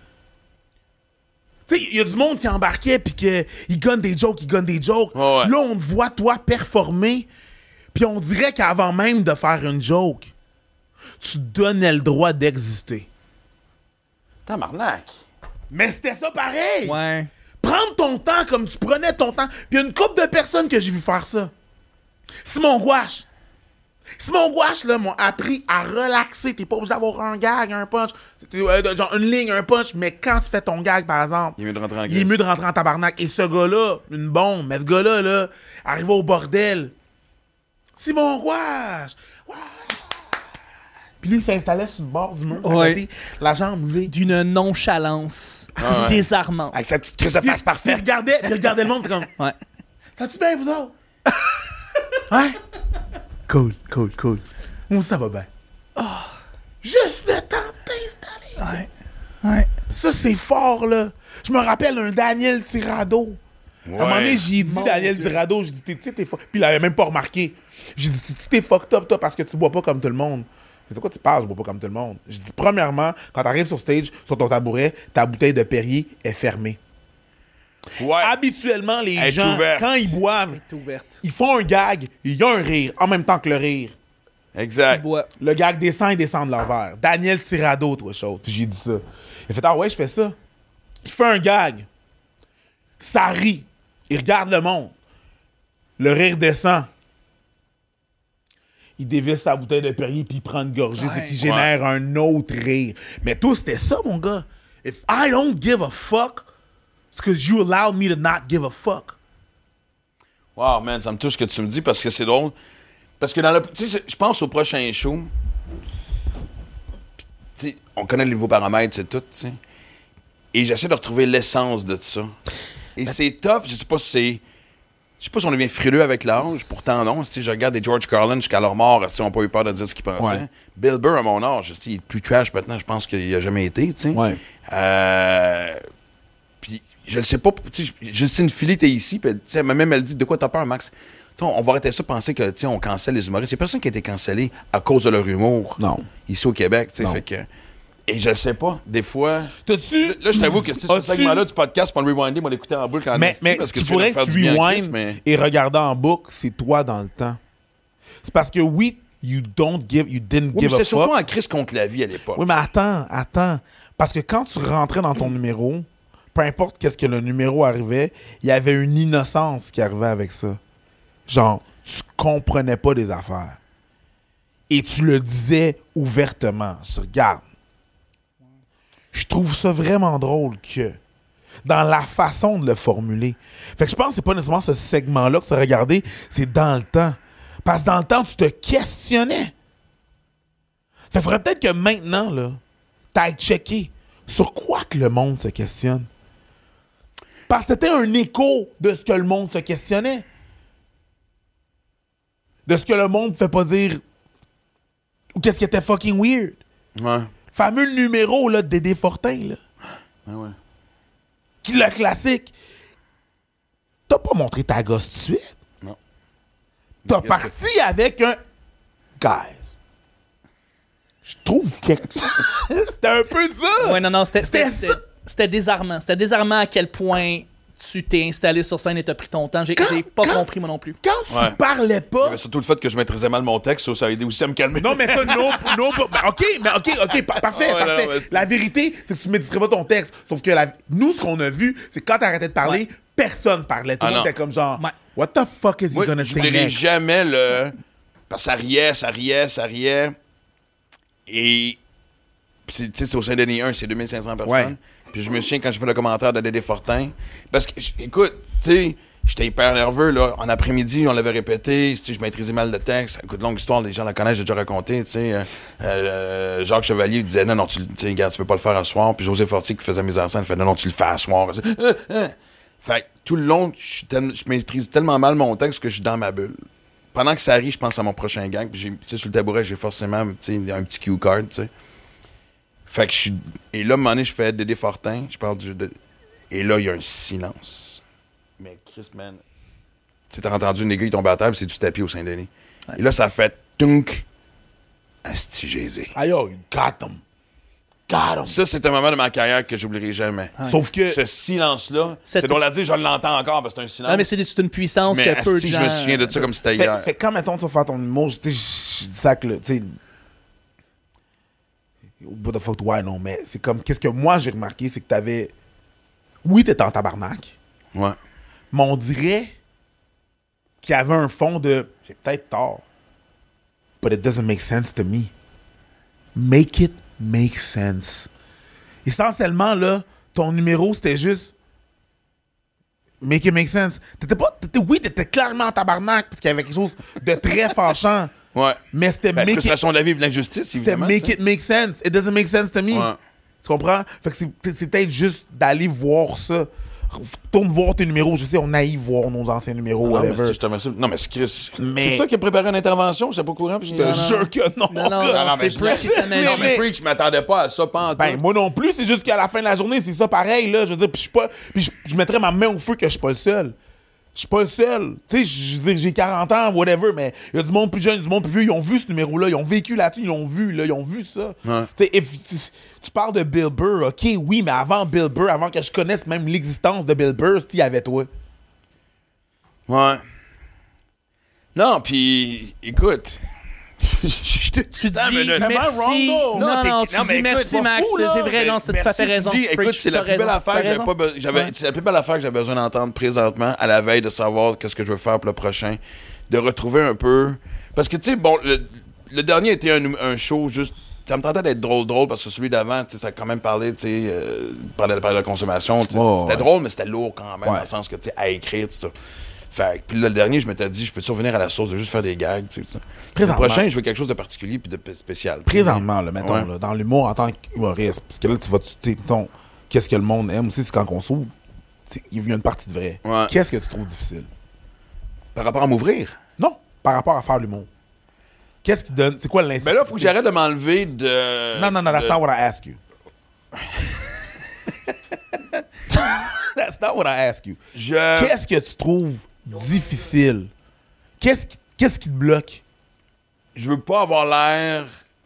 F: Tu sais, il y a du monde qui embarquait pis que il gonne des jokes, il gonne des jokes.
A: Ouais, ouais.
F: Là, on te voit, toi, performer, puis on dirait qu'avant même de faire une joke, tu te donnais le droit d'exister.
A: Tabarnak!
F: Mais c'était ça pareil!
B: Ouais.
F: Prendre ton temps comme tu prenais ton temps. Puis il y a une couple de personnes que j'ai vu faire ça. Simon Gouache. Simon Gouache, là, m'ont appris à relaxer. T'es pas obligé d'avoir un gag, un punch. C'était, euh, genre une ligne, un punch. Mais quand tu fais ton gag, par exemple,
A: Il est mieux de rentrer en
F: il est mieux de rentrer en tabarnak. Et ce gars-là, une bombe. Mais ce gars-là, là, arrivé au bordel. Simon Gouache. Ouais. Puis lui, il s'installait sur le bord du mur. à
B: Ouais.
F: côté, la jambe levée.
B: D'une nonchalance
A: Ah ouais.
B: désarmante.
A: Avec sa petite crise de face
F: Puis il
A: parfaite.
F: regardait, il regardait le monde, comme...
B: Ouais.
F: Ça-tu bien, vous autres? Ouais? Cool, cool, cool. Moi, ça va bien. Juste le temps de t'installer.
B: Ouais. Ouais.
F: Ça, c'est fort, là. Je me rappelle un Daniel Tirado. À un moment donné, j'ai dit
B: Mon
F: Daniel
B: Dieu.
F: Tirado, j'ai dit, tu sais, t'es fuck. Puis il avait même pas remarqué. J'ai dit, tu t'es fucked up, toi, parce que tu bois pas comme tout le monde. Mais c'est quoi tu parles, je bois pas comme tout le monde? J'ai dit, premièrement, quand t'arrives sur stage, sur ton tabouret, ta bouteille de Perrier est fermée.
A: Ouais.
F: Habituellement, les
A: Elle est
F: gens,
A: ouverte.
F: quand ils boivent,
B: T'es ouverte.
F: ils font un gag, il y a un rire, en même temps que le rire.
A: Exact.
B: Bois.
F: Le gag descend, ils descendent de leur verre. Daniel Tirado, autre chose. Puis j'ai dit ça. Il fait, ah ouais, je fais ça. Il fait un gag. Ça rit. Il regarde le monde. Le rire descend. Il dévisse sa bouteille de Perrier puis il prend une gorgée,
B: Ouais.
F: c'est qu'il génère un autre rire. Mais toi, c'était ça, mon gars. If I don't give a fuck, it's because you allowed me to not give a fuck.
A: Wow, man, ça me touche ce que tu me dis parce que c'est drôle. Parce que dans le. Tu sais, je pense au prochain show. Tu sais, on connaît les nouveaux paramètres, c'est tout, tu sais. Et j'essaie de retrouver l'essence de ça. Et c'est tough, je sais pas si c'est. Je sais pas si on devient frileux avec l'âge, pourtant non. Si je regarde des George Carlin jusqu'à leur mort, si on n'a pas eu peur de dire ce qu'ils pensaient.
F: Ouais.
A: Bill Burr, à mon âge, il est plus trash maintenant, je pense qu'il a jamais été, tu sais.
F: Ouais.
A: Euh. Puis, je le sais pas, tu sais, je sais, une fille était ici, puis tu sais, même elle dit, de quoi t'as peur, Max? Tu sais, on va arrêter ça, penser que, tu sais, on cancelle les humoristes. Il y a personne qui a été cancellé à cause de leur humour.
F: Non.
A: Ici au Québec, tu sais,
F: Non.
A: fait que. Et je le sais pas, des fois.
F: T'as-tu.
A: Là, je t'avoue que c'est ce
F: As-tu-
A: segment-là du podcast, pour le rewindé, moi, l'écouter en boucle en
F: Mais,
A: esti,
F: mais
A: parce
F: ce
A: que
F: qu'il
A: tu viens de
F: faudrait
A: faire
F: que
A: du
F: tu
A: bien à
F: rewind
A: Chris, mais-
F: et regarder en boucle, c'est toi dans le temps. C'est parce que oui, you don't give, you didn't
A: Oui, mais
F: give a
A: c'est surtout
F: fuck.
A: en crise contre la vie à l'époque.
F: Oui, mais attends, attends. Parce que quand tu rentrais dans ton numéro, peu importe qu'est-ce que le numéro arrivait, il y avait une innocence qui arrivait avec ça. Genre, tu comprenais pas des affaires. Et tu le disais ouvertement. Je dis, regarde, je trouve ça vraiment drôle que dans la façon de le formuler. Fait que je pense que c'est pas nécessairement ce segment-là que tu as regardé, c'est dans le temps. Parce que dans le temps, tu te questionnais. Fait que faudrait peut-être que maintenant, là, t'ailles checker sur quoi que le monde se questionne. Parce que c'était un écho de ce que le monde se questionnait. De ce que le monde ne fait pas dire. Ou qu'est-ce qui était fucking weird.
A: Ouais.
F: Fameux numéro là, de Dédé Fortin, là.
A: Ouais, ouais.
F: Qui le classique. T'as pas montré ta gosse tout de suite.
A: Non.
F: T'as
A: Mais
F: parti avec un. Guys. Je trouve que. C'était un peu ça.
B: Ouais, non, non, c'était, c'était,
F: C'était
B: c'était,
F: ça.
B: c'était désarmant. C'était désarmant à quel point tu t'es installé sur scène et t'as pris ton temps. J'ai,
F: Quand-
B: j'ai pas
F: quand-
B: compris, moi non plus.
F: Quand tu
A: Ouais.
F: parlais
A: Il y
F: pas.
A: avait surtout le fait que je maîtrisais mal mon texte, ça, ça a aidé aussi à me calmer.
F: Non, mais ça, non, non, pas- ben, OK, mais OK, OK, pa- parfait,
A: Ah ouais,
F: parfait.
A: non, mais c'est-
F: La vérité, c'est que tu ne maîtriserais pas ton texte. Sauf que la- nous, ce qu'on a vu, c'est que quand t'arrêtais de parler, personne parlait. Tout le
A: Ah,
F: monde
A: non.
F: était comme genre,
B: Ouais.
F: what the fuck is he
A: Moi,
F: gonna
A: je
F: say
A: n'oublierai
F: next?
A: jamais le... Parce que ça riait, ça riait, ça riait. Et... puis c'est- tu sais, c'est au Saint-Denis un, c'est deux mille cinq cents personnes.
F: Ouais.
A: Puis je me souviens quand j'ai fait le commentaire de Dédé Fortin. Parce que, j- écoute, tu sais, j'étais hyper nerveux, là. En après-midi, on l'avait répété. Tu sais, je maîtrisais mal le texte. Écoute, longue histoire, les gens la connaissent, j'ai déjà raconté, tu sais. Euh, euh, Jacques Chevalier disait, non, non, tu tu sais, regarde, tu veux pas le faire à soir. Puis José Fortier qui faisait mes enceintes, il fait, non, non, tu le fais à soir. Euh, euh. Fait que tout le long, je suis tel- je maîtrise tellement mal mon texte que je suis dans ma bulle. Pendant que ça arrive, je pense à mon prochain gag. Puis, j'ai- tu sais, sur le tabouret, j'ai forcément tu sais, un petit cue card, tu sais. Fait que je suis. Et là, à un moment donné, je fais Dédé Fortin, je parle du. de- Et là, il y a un silence. Mais Chris, man. Tu sais, t'as entendu une aiguille tomber à terre, puis c'est du tapis au Saint-Denis. Et là, ça fait tunk. Asti Gézé.
F: Aïe, oh, you got him. Got him.
A: Ça, c'est un moment de ma carrière que j'oublierai jamais.
F: Sauf que,
A: Ce silence-là,
B: Cette-
A: c'est drôle à dire, je l'entends encore, parce que c'est un silence.
B: Ah, mais c'est c'est une puissance
A: Mais
B: que peu de
A: asti,
B: gens...
A: je me souviens de ça comme si c'était
F: fait,
A: hier.
F: fait quand, mettons, tu vas faire ton humour, tu sais, je je dis ça que, le- tu sais, what the fuck do I know, mais c'est comme, qu'est-ce que moi j'ai remarqué, c'est que t'avais, oui, t'étais en tabarnak,
A: Ouais.
F: mais on dirait qu'il y avait un fond de, j'ai peut-être tort, but it doesn't make sense to me. Make it make sense. Essentiellement, là, ton numéro, c'était juste make it make sense. T'étais pas, t'étais, oui, t'étais clairement en tabarnak parce qu'il y avait quelque chose de très fâchant,
A: Ouais.
F: mais c'était
A: Ben,
F: make it,
A: frustration de la vie et de l'injustice,
F: c'était
A: évidemment.
F: make
A: tu sais.
F: it make sense. It doesn't make sense to me.
A: Ouais.
F: Tu comprends? Fait que c'est, c'est- c'est peut-être juste d'aller voir ça. Tourne voir tes numéros. Je sais, on aille voir nos anciens numéros,
A: Non, mais
F: whatever.
A: c'est- je te remercie. Non, mais c'est Chris.
F: Mais-
A: C'est toi qui as préparé une intervention, c'est pas courant. Puis
F: Je te jure que non.
B: Non, non,
A: Non,
B: non,
A: non, mais
B: c'est
A: je-
B: Preach qui
A: Non,
B: s'amène.
A: mais Preach, je m'attendais pas à ça, pas en
F: Ben,
A: tout.
F: moi non plus, c'est juste qu'à la fin de la journée, c'est ça pareil, là. Je veux dire, puis je suis pas. Puis je, je mettrais ma main au feu que je suis pas le seul. Je suis pas le seul. Tu sais, je veux dire, j'ai quarante ans, whatever, mais il y a du monde plus jeune, du monde plus vieux, ils ont vu ce numéro-là, ils ont vécu là-dessus, ils l'ont vu, là, ils ont vu ça.
A: Ouais.
F: Tu sais, if- tu- tu parles de Bill Burr, ok, oui, mais avant Bill Burr, avant que je connaisse même l'existence de Bill Burr, il y avait toi.
A: Ouais. Non, puis écoute. je te
B: Tu dis
A: Non, mais le-
B: merci.
F: wrong,
B: Non,
A: non,
B: non,
A: t'es-
B: tu
A: non,
B: dis
A: mais
B: merci,
A: écoute,
B: Max.
F: fou,
B: C'est
F: là.
B: c'est vrai, non, c'est tout à fait
A: Tu
B: raison.
A: dis, écoute,
B: Preach,
A: c'est la
B: t'as
A: plus belle
B: raison,
A: affaire
B: t'as
A: que j'avais
B: raison.
A: pas be- j'avais-
B: Ouais.
A: c'est la plus belle affaire que j'avais besoin d'entendre présentement à la veille de savoir qu'est-ce que je veux faire pour le prochain, de retrouver un peu parce que tu sais bon le, le dernier était un, un show juste ça me tentait d'être drôle drôle parce que celui d'avant tu sais ça a quand même parlé tu sais euh, parlait de la consommation tu sais,
F: Oh,
A: c'était
F: ouais.
A: drôle mais c'était lourd quand même
F: Ouais.
A: dans le sens que tu sais à écrire tout ça. Fait que, puis là, le dernier, je m'étais dit, je peux-tu revenir à la source de juste faire des gags, tu sais. ça. Le
F: Présentement.
A: prochain, je veux quelque chose de particulier puis de p- spécial. tu sais.
F: Présentement, là, mettons,
A: Ouais.
F: là, dans l'humour en tant qu'humoriste, parce que là, tu vas, tu sais, mettons, qu'est-ce que le monde aime aussi, c'est quand on s'ouvre, tu sais, il y a une partie de vrai.
A: Ouais.
F: Qu'est-ce que tu trouves difficile?
A: Par rapport à m'ouvrir.
F: Non, par rapport à faire l'humour. Qu'est-ce qui donne, c'est quoi l'insigne?
A: Ben là, faut que j'arrête de m'enlever de.
F: Non, non, non, that's
A: de-
F: not what I ask you. That's not what I ask you.
A: Je.
F: Qu'est-ce que tu trouves difficile? Qu'est-ce qui, qu'est-ce qui te bloque?
A: Je veux pas avoir l'air.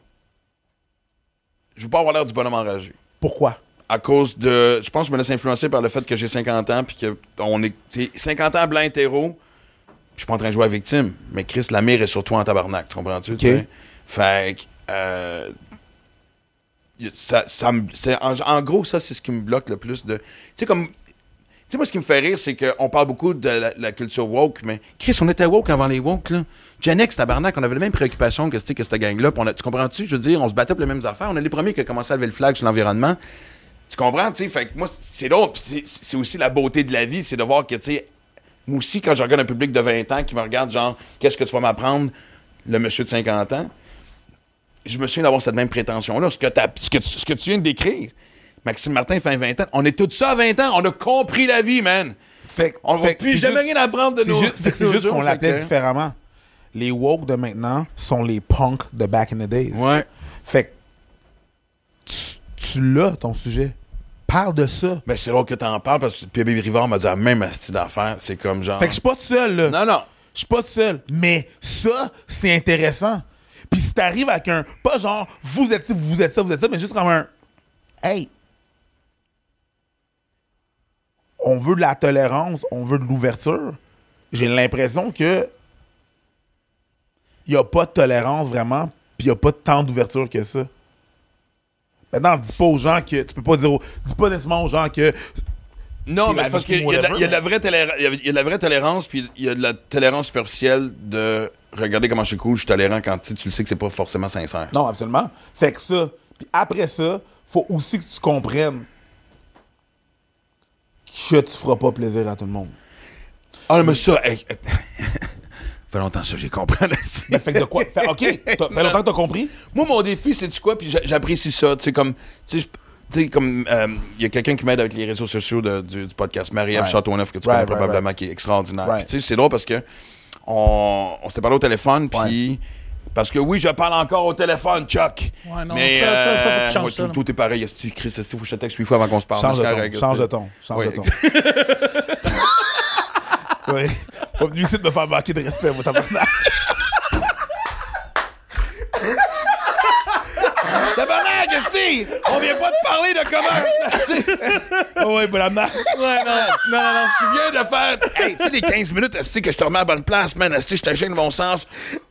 A: Je veux pas avoir l'air du bonhomme enragé.
F: Pourquoi?
A: À cause de. Je pense que je me laisse influencer par le fait que j'ai cinquante ans, puis que on est. t'sais, cinquante ans blanc hétéro, puis je suis pas en train de jouer à victime, mais Chris, la mire est sur toi en tabarnak, tu comprends-tu?
F: Ok.
A: t'sais? Fait que. euh, y a- ça, ça me- c'est- en, en gros, ça, c'est ce qui me bloque le plus de. Tu sais, comme. Tu sais, moi, ce qui me fait rire, c'est qu'on parle beaucoup de la, la culture woke, mais Chris, on était woke avant les woke, là. Gen X, tabarnak, on avait les mêmes préoccupations que, tu sais, que cette gang-là. puis on a- Tu comprends-tu? Je veux dire, on se battait pour les mêmes affaires. On est les premiers qui ont commencé à lever le flag sur l'environnement. Tu comprends, tu sais? Fait que moi, c'est drôle. puis c'est- c'est aussi la beauté de la vie, c'est de voir que, tu sais, moi aussi, quand je regarde un public de vingt ans qui me regarde, genre, qu'est-ce que tu vas m'apprendre, le monsieur de cinquante ans, je me souviens d'avoir cette même prétention-là. Ce que, t'as- ce que, tu- ce que tu viens de décrire, Maxime Martin fait vingt ans. On est tout ça à vingt ans. On a compris la vie, man.
F: Fait que-
A: On va
F: fait que
A: plus
F: c'est
A: jamais
F: juste-
A: rien apprendre de
F: C'est
A: nos...
F: juste, fait que c'est
A: de nos
F: juste qu'on
A: jours,
F: l'appelait
A: fait que-
F: différemment. Les woke de maintenant sont les punks de back in the days.
A: Ouais.
F: Fait que tu, tu l'as, ton sujet. Parle de ça.
A: Ben, c'est drôle que t'en parles parce que P B Rivard m'a dit la même style d'affaires. C'est comme genre.
F: Fait que je suis pas tout seul, là.
A: Non, non.
F: Je suis pas tout seul. Mais ça, c'est intéressant. Puis si t'arrives avec un... Pas genre, vous êtes ci, vous êtes ça, vous êtes ça, mais juste comme un... Hey! On veut de la tolérance, on veut de l'ouverture. J'ai l'impression que... Il n'y a pas de tolérance vraiment, puis il n'y a pas tant d'ouverture que ça. Maintenant, dis pas aux gens que... Tu peux pas dire... aux- dis pas nécessairement aux gens que...
A: Non,
F: T'es
A: mais
F: la
A: c'est parce qu'il
F: victime,
A: y, a de la-
F: whatever,
A: il y a de la
F: mais-
A: vraie tolérance, il y a- il y a de la vraie tolérance, puis il y a de la tolérance superficielle de regarder comment je suis cool, je suis tolérant quand tu sais, tu le sais que c'est pas forcément sincère.
F: Non, absolument. Fait que ça. Puis après ça, faut aussi que tu comprennes que tu feras pas plaisir à tout le monde.
A: Ah, mais ça, hey, hey, fait longtemps ça, j'ai compris.
F: Mais fait que de quoi? Fait, OK, t'as- fait longtemps que t'as compris?
A: Moi, mon défi, c'est du quoi, puis j'a- j'apprécie ça, tu sais, comme, tu sais, je- tu sais, comme, euh, il y a quelqu'un qui m'aide avec les réseaux sociaux de- du, du podcast, Marie-Ève
F: Right.
A: Châteauneuf, que tu
F: Right,
A: connais
F: right,
A: probablement,
F: right.
A: qui est extraordinaire.
F: Right.
A: Puis, tu sais, c'est drôle parce que on, on s'était parlé au téléphone, puis... Parce que oui, je parle encore au téléphone, Chuck.
B: Ouais, non,
A: mais,
B: ça, ça, ça, faut que tu
A: euh,
B: changes
A: moi,
B: ça,
A: tout,
B: là.
A: tout est pareil. Est-ce que Chris, est-ce qu'il faut que je te texte huit fois avant qu'on se parle?
F: Change de
A: C'est
F: ton.
A: correct,
F: Change
A: tu
F: de
A: sais.
F: ton. Change
A: Oui.
F: de ton. Oui. Pas venu ici de me faire manquer de respect, moi, tabarnak.
A: Tabarnak, qu'est-ce que on vient pas de parler de comment... tu sais,
F: Oh, ouais, bonne
B: Ouais, non, non, non, non.
A: tu viens de faire... Hey, tu sais, les quinze minutes, est-ce que je te remets à la bonne place, man? Est-ce que je t'agis de bon sens?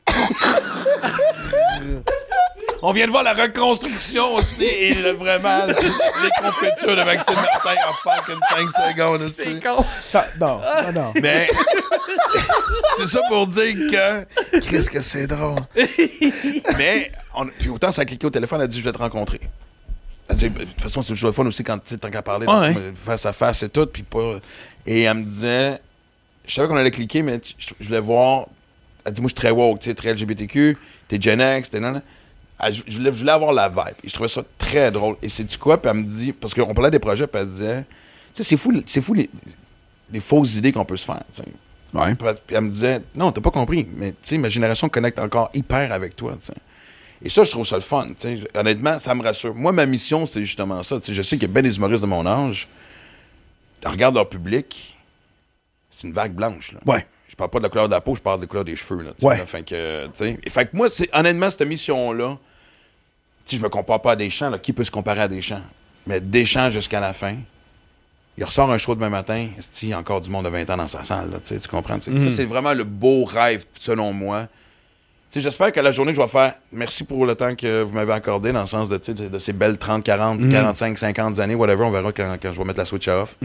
A: On vient de voir la reconstruction aussi et le, vraiment les confitures de Maxime Martin en fucking cinq secondes. tu sais.
B: C'est con.
F: Ça- Non, non, non.
A: Mais c'est ça pour dire que qu'est-ce que c'est drôle. Mais on, puis autant ça a cliqué au téléphone, elle a dit je vais te rencontrer. Elle dit, de toute façon c'est toujours le fun aussi quand tu sais, tant qu'à parler
F: Ah, ouais.
A: face à face et tout puis pas. Et elle me disait, je savais qu'on allait cliquer mais tu- je je voulais voir. Elle dit moi je suis très woke, tu sais très L G B T Q, t'es Gen X, t'es non. Elle, je, je voulais, je voulais avoir la vibe. Et je trouvais ça très drôle. Et c'est du quoi? Puis elle me dit, parce qu'on parlait des projets, puis elle disait, tu sais, c'est fou, c'est fou les, les fausses idées qu'on peut se faire. tu sais.
F: Ouais.
A: Puis elle me disait, non, t'as pas compris, mais tu sais, ma génération connecte encore hyper avec toi. tu sais. Et ça, je trouve ça le fun. tu sais. Honnêtement, ça me rassure. Moi, ma mission, c'est justement ça. tu sais. Je sais qu'il y a bien des humoristes de mon âge, ils regardent leur public, c'est une vague blanche. Là.
F: Ouais.
A: Je parle pas de la couleur de la peau, je parle de la couleur des cheveux. Là, tu sais,
F: Ouais.
A: là. Fait que, tu sais, et fait que moi, c'est, honnêtement, cette mission-là, tu sais, je me compare pas à Deschamps. Là. Qui peut se comparer à Deschamps? Mais Deschamps jusqu'à la fin, il ressort un show demain matin, il y a encore du monde de vingt ans dans sa salle. Là, tu sais, tu comprends? tu sais. Ça, c'est vraiment le beau rêve, selon moi. Tu sais, j'espère qu'à la journée que je vais faire, merci pour le temps que vous m'avez accordé, dans le sens de, tu sais, de, de ces belles trente, quarante, quarante-cinq, cinquante années, whatever, on verra quand, quand je vais mettre la switch off.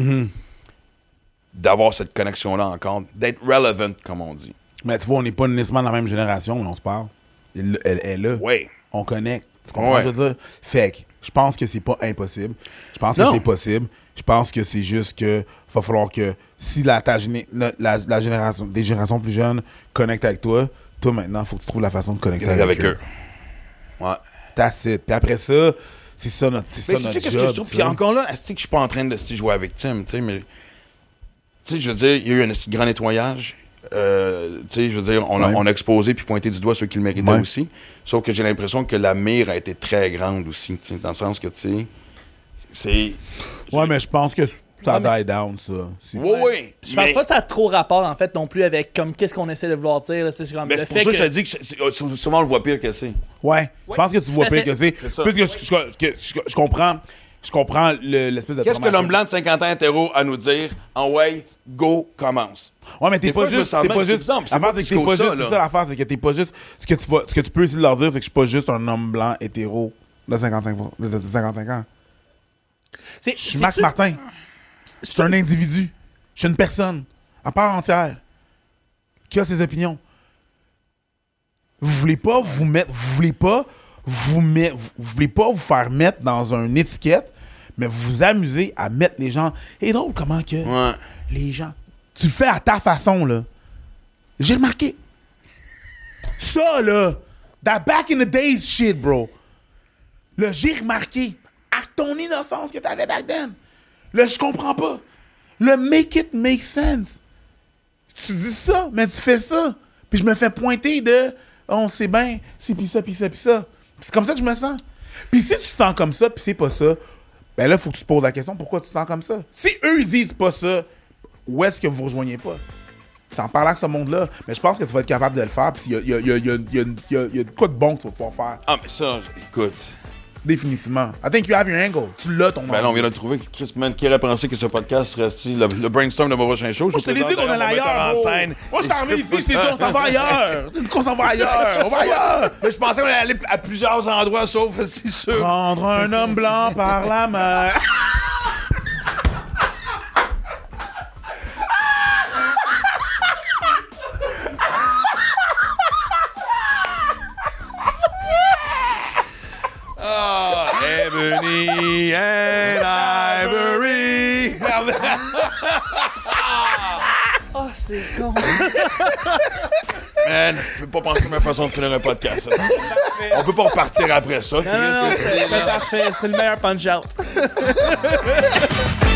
A: D'avoir cette connexion-là encore, d'être relevant, comme on dit.
F: Mais tu vois, on n'est pas nécessairement dans la même génération, mais on se parle. Elle, elle- elle est là.
A: Oui.
F: On connecte. Tu comprends
A: Ouais.
F: ce que je veux dire? Fait que je pense que c'est pas impossible. Je pense que
A: Non.
F: c'est possible. Je pense que c'est juste que va falloir que si la, ta géné- la, la- la génération, des générations plus jeunes connectent avec toi, toi maintenant, il faut que tu trouves la façon de connecter avec,
A: Avec
F: eux.
A: eux. Ouais.
F: That's it. Puis après ça, c'est ça notre, c'est
A: Mais
F: ça
A: c'est
F: notre
A: qu'est-ce
F: job.
A: que je trouve?
F: tu
A: Puis
F: sais.
A: encore là, est-ce que je suis pas en train de esti, jouer avec Tim, tu sais, mais. Tu sais, je veux dire, il y a eu un esti grand nettoyage. Euh, tu sais, je veux dire, on a,
F: Ouais.
A: on a exposé puis pointé du doigt ceux qui le méritaient
F: Ouais.
A: aussi. Sauf que j'ai l'impression que la mire a été très grande aussi, tu sais, dans le sens que, tu sais, c'est.
F: Ouais, mais je pense que ça
B: Ouais, mais
F: die
B: c'est-
F: down, ça. C'est-
A: Oui, oui.
B: Je pense
A: mais-
B: pas que ça a trop rapport, en fait, non plus avec comme qu'est-ce qu'on essaie de vouloir dire. là. C'est comme
A: Mais
B: le
A: c'est pour
B: fait
A: ça que
B: que...
A: je te dis que c'est- c'est- souvent on le voit pire que c'est.
F: Ouais. Je pense que tu vois
B: tout à
F: pire
B: fait.
F: que c'est.
A: C'est ça.
F: Plus que je, je- que je- je comprends. Je comprends le- l'espèce de.
A: Qu'est-ce que l'homme
F: traumatisme.
A: blanc de cinquante ans hétéro a à nous dire? En way, go, commence.
F: Ouais, mais t'es
A: Des
F: pas
A: fois, je me
F: juste.
A: sens
F: T'es
A: même,
F: pas
A: c'est
F: juste.
A: bizarre, puis c'est
F: L'affaire,
A: pas
F: c'est que t'es
A: plus
F: pas
A: que ça,
F: juste.
A: là.
F: C'est ça l'affaire, c'est que t'es pas juste. Ce que tu vas, ce que tu peux essayer de leur dire, c'est que je suis pas juste un homme blanc hétéro de cinquante-cinq, de de cinquante-cinq ans.
B: C'est-
F: Je suis
B: c'est-tu-
F: Max Martin. Je suis un individu. Je suis une personne à part entière qui a ses opinions. Vous voulez pas vous mettre. Vous voulez pas vous mettre. Vous voulez pas vous faire mettre dans une étiquette, mais vous vous amusez à mettre les gens. Et drôle comment que
A: Ouais.
F: les gens. Tu le fais à ta façon, là. J'ai remarqué. Ça, là. That back in the days shit, bro. Là, j'ai remarqué. À ton innocence que t'avais back then. Là, je comprends pas. Le make it make sense. Tu dis ça, mais tu fais ça. Puis je me fais pointer de. On sait bien, c'est pis ça, pis ça, pis ça. C'est comme ça que je me sens. Puis si tu te sens comme ça, pis c'est pas ça, ben là, faut que tu te poses la question pourquoi tu te sens comme ça. Si eux, ils disent pas ça, où est-ce que vous rejoignez pas? C'est en parlant avec ce monde-là. Mais je pense que tu vas être capable de le faire. Puis il y a, y a, y a, y a, y a, y a, y a de quoi de bon que tu vas pouvoir faire.
A: Ah, mais ça, écoute.
F: Définitivement. I think you have your angle. Tu l'as, ton
A: Ben là, on vient de le trouver. Chris, man, qui aurait pensé que ce podcast serait si le, le brainstorm de mon prochain show?
F: Moi, je te l'ai dit qu'on allait ailleurs.
A: en
F: bro.
A: scène.
F: Moi, je t'en reviens ici, je t'ai dit on s'en va ailleurs. Je t'ai dit qu'on s'en va ailleurs. On va ailleurs.
A: Mais je pensais qu'on allait aller à plusieurs endroits, sauf, c'est sûr.
F: Prendre un homme blanc par la main.
A: Ebony and Ivory.
B: Oh, c'est con.
A: Man, je peux pas penser à ma façon de finir un podcast. Ça. On peut pas repartir après ça.
B: Non, non, non, c'est, c'est parfait. C'est le meilleur punch-out.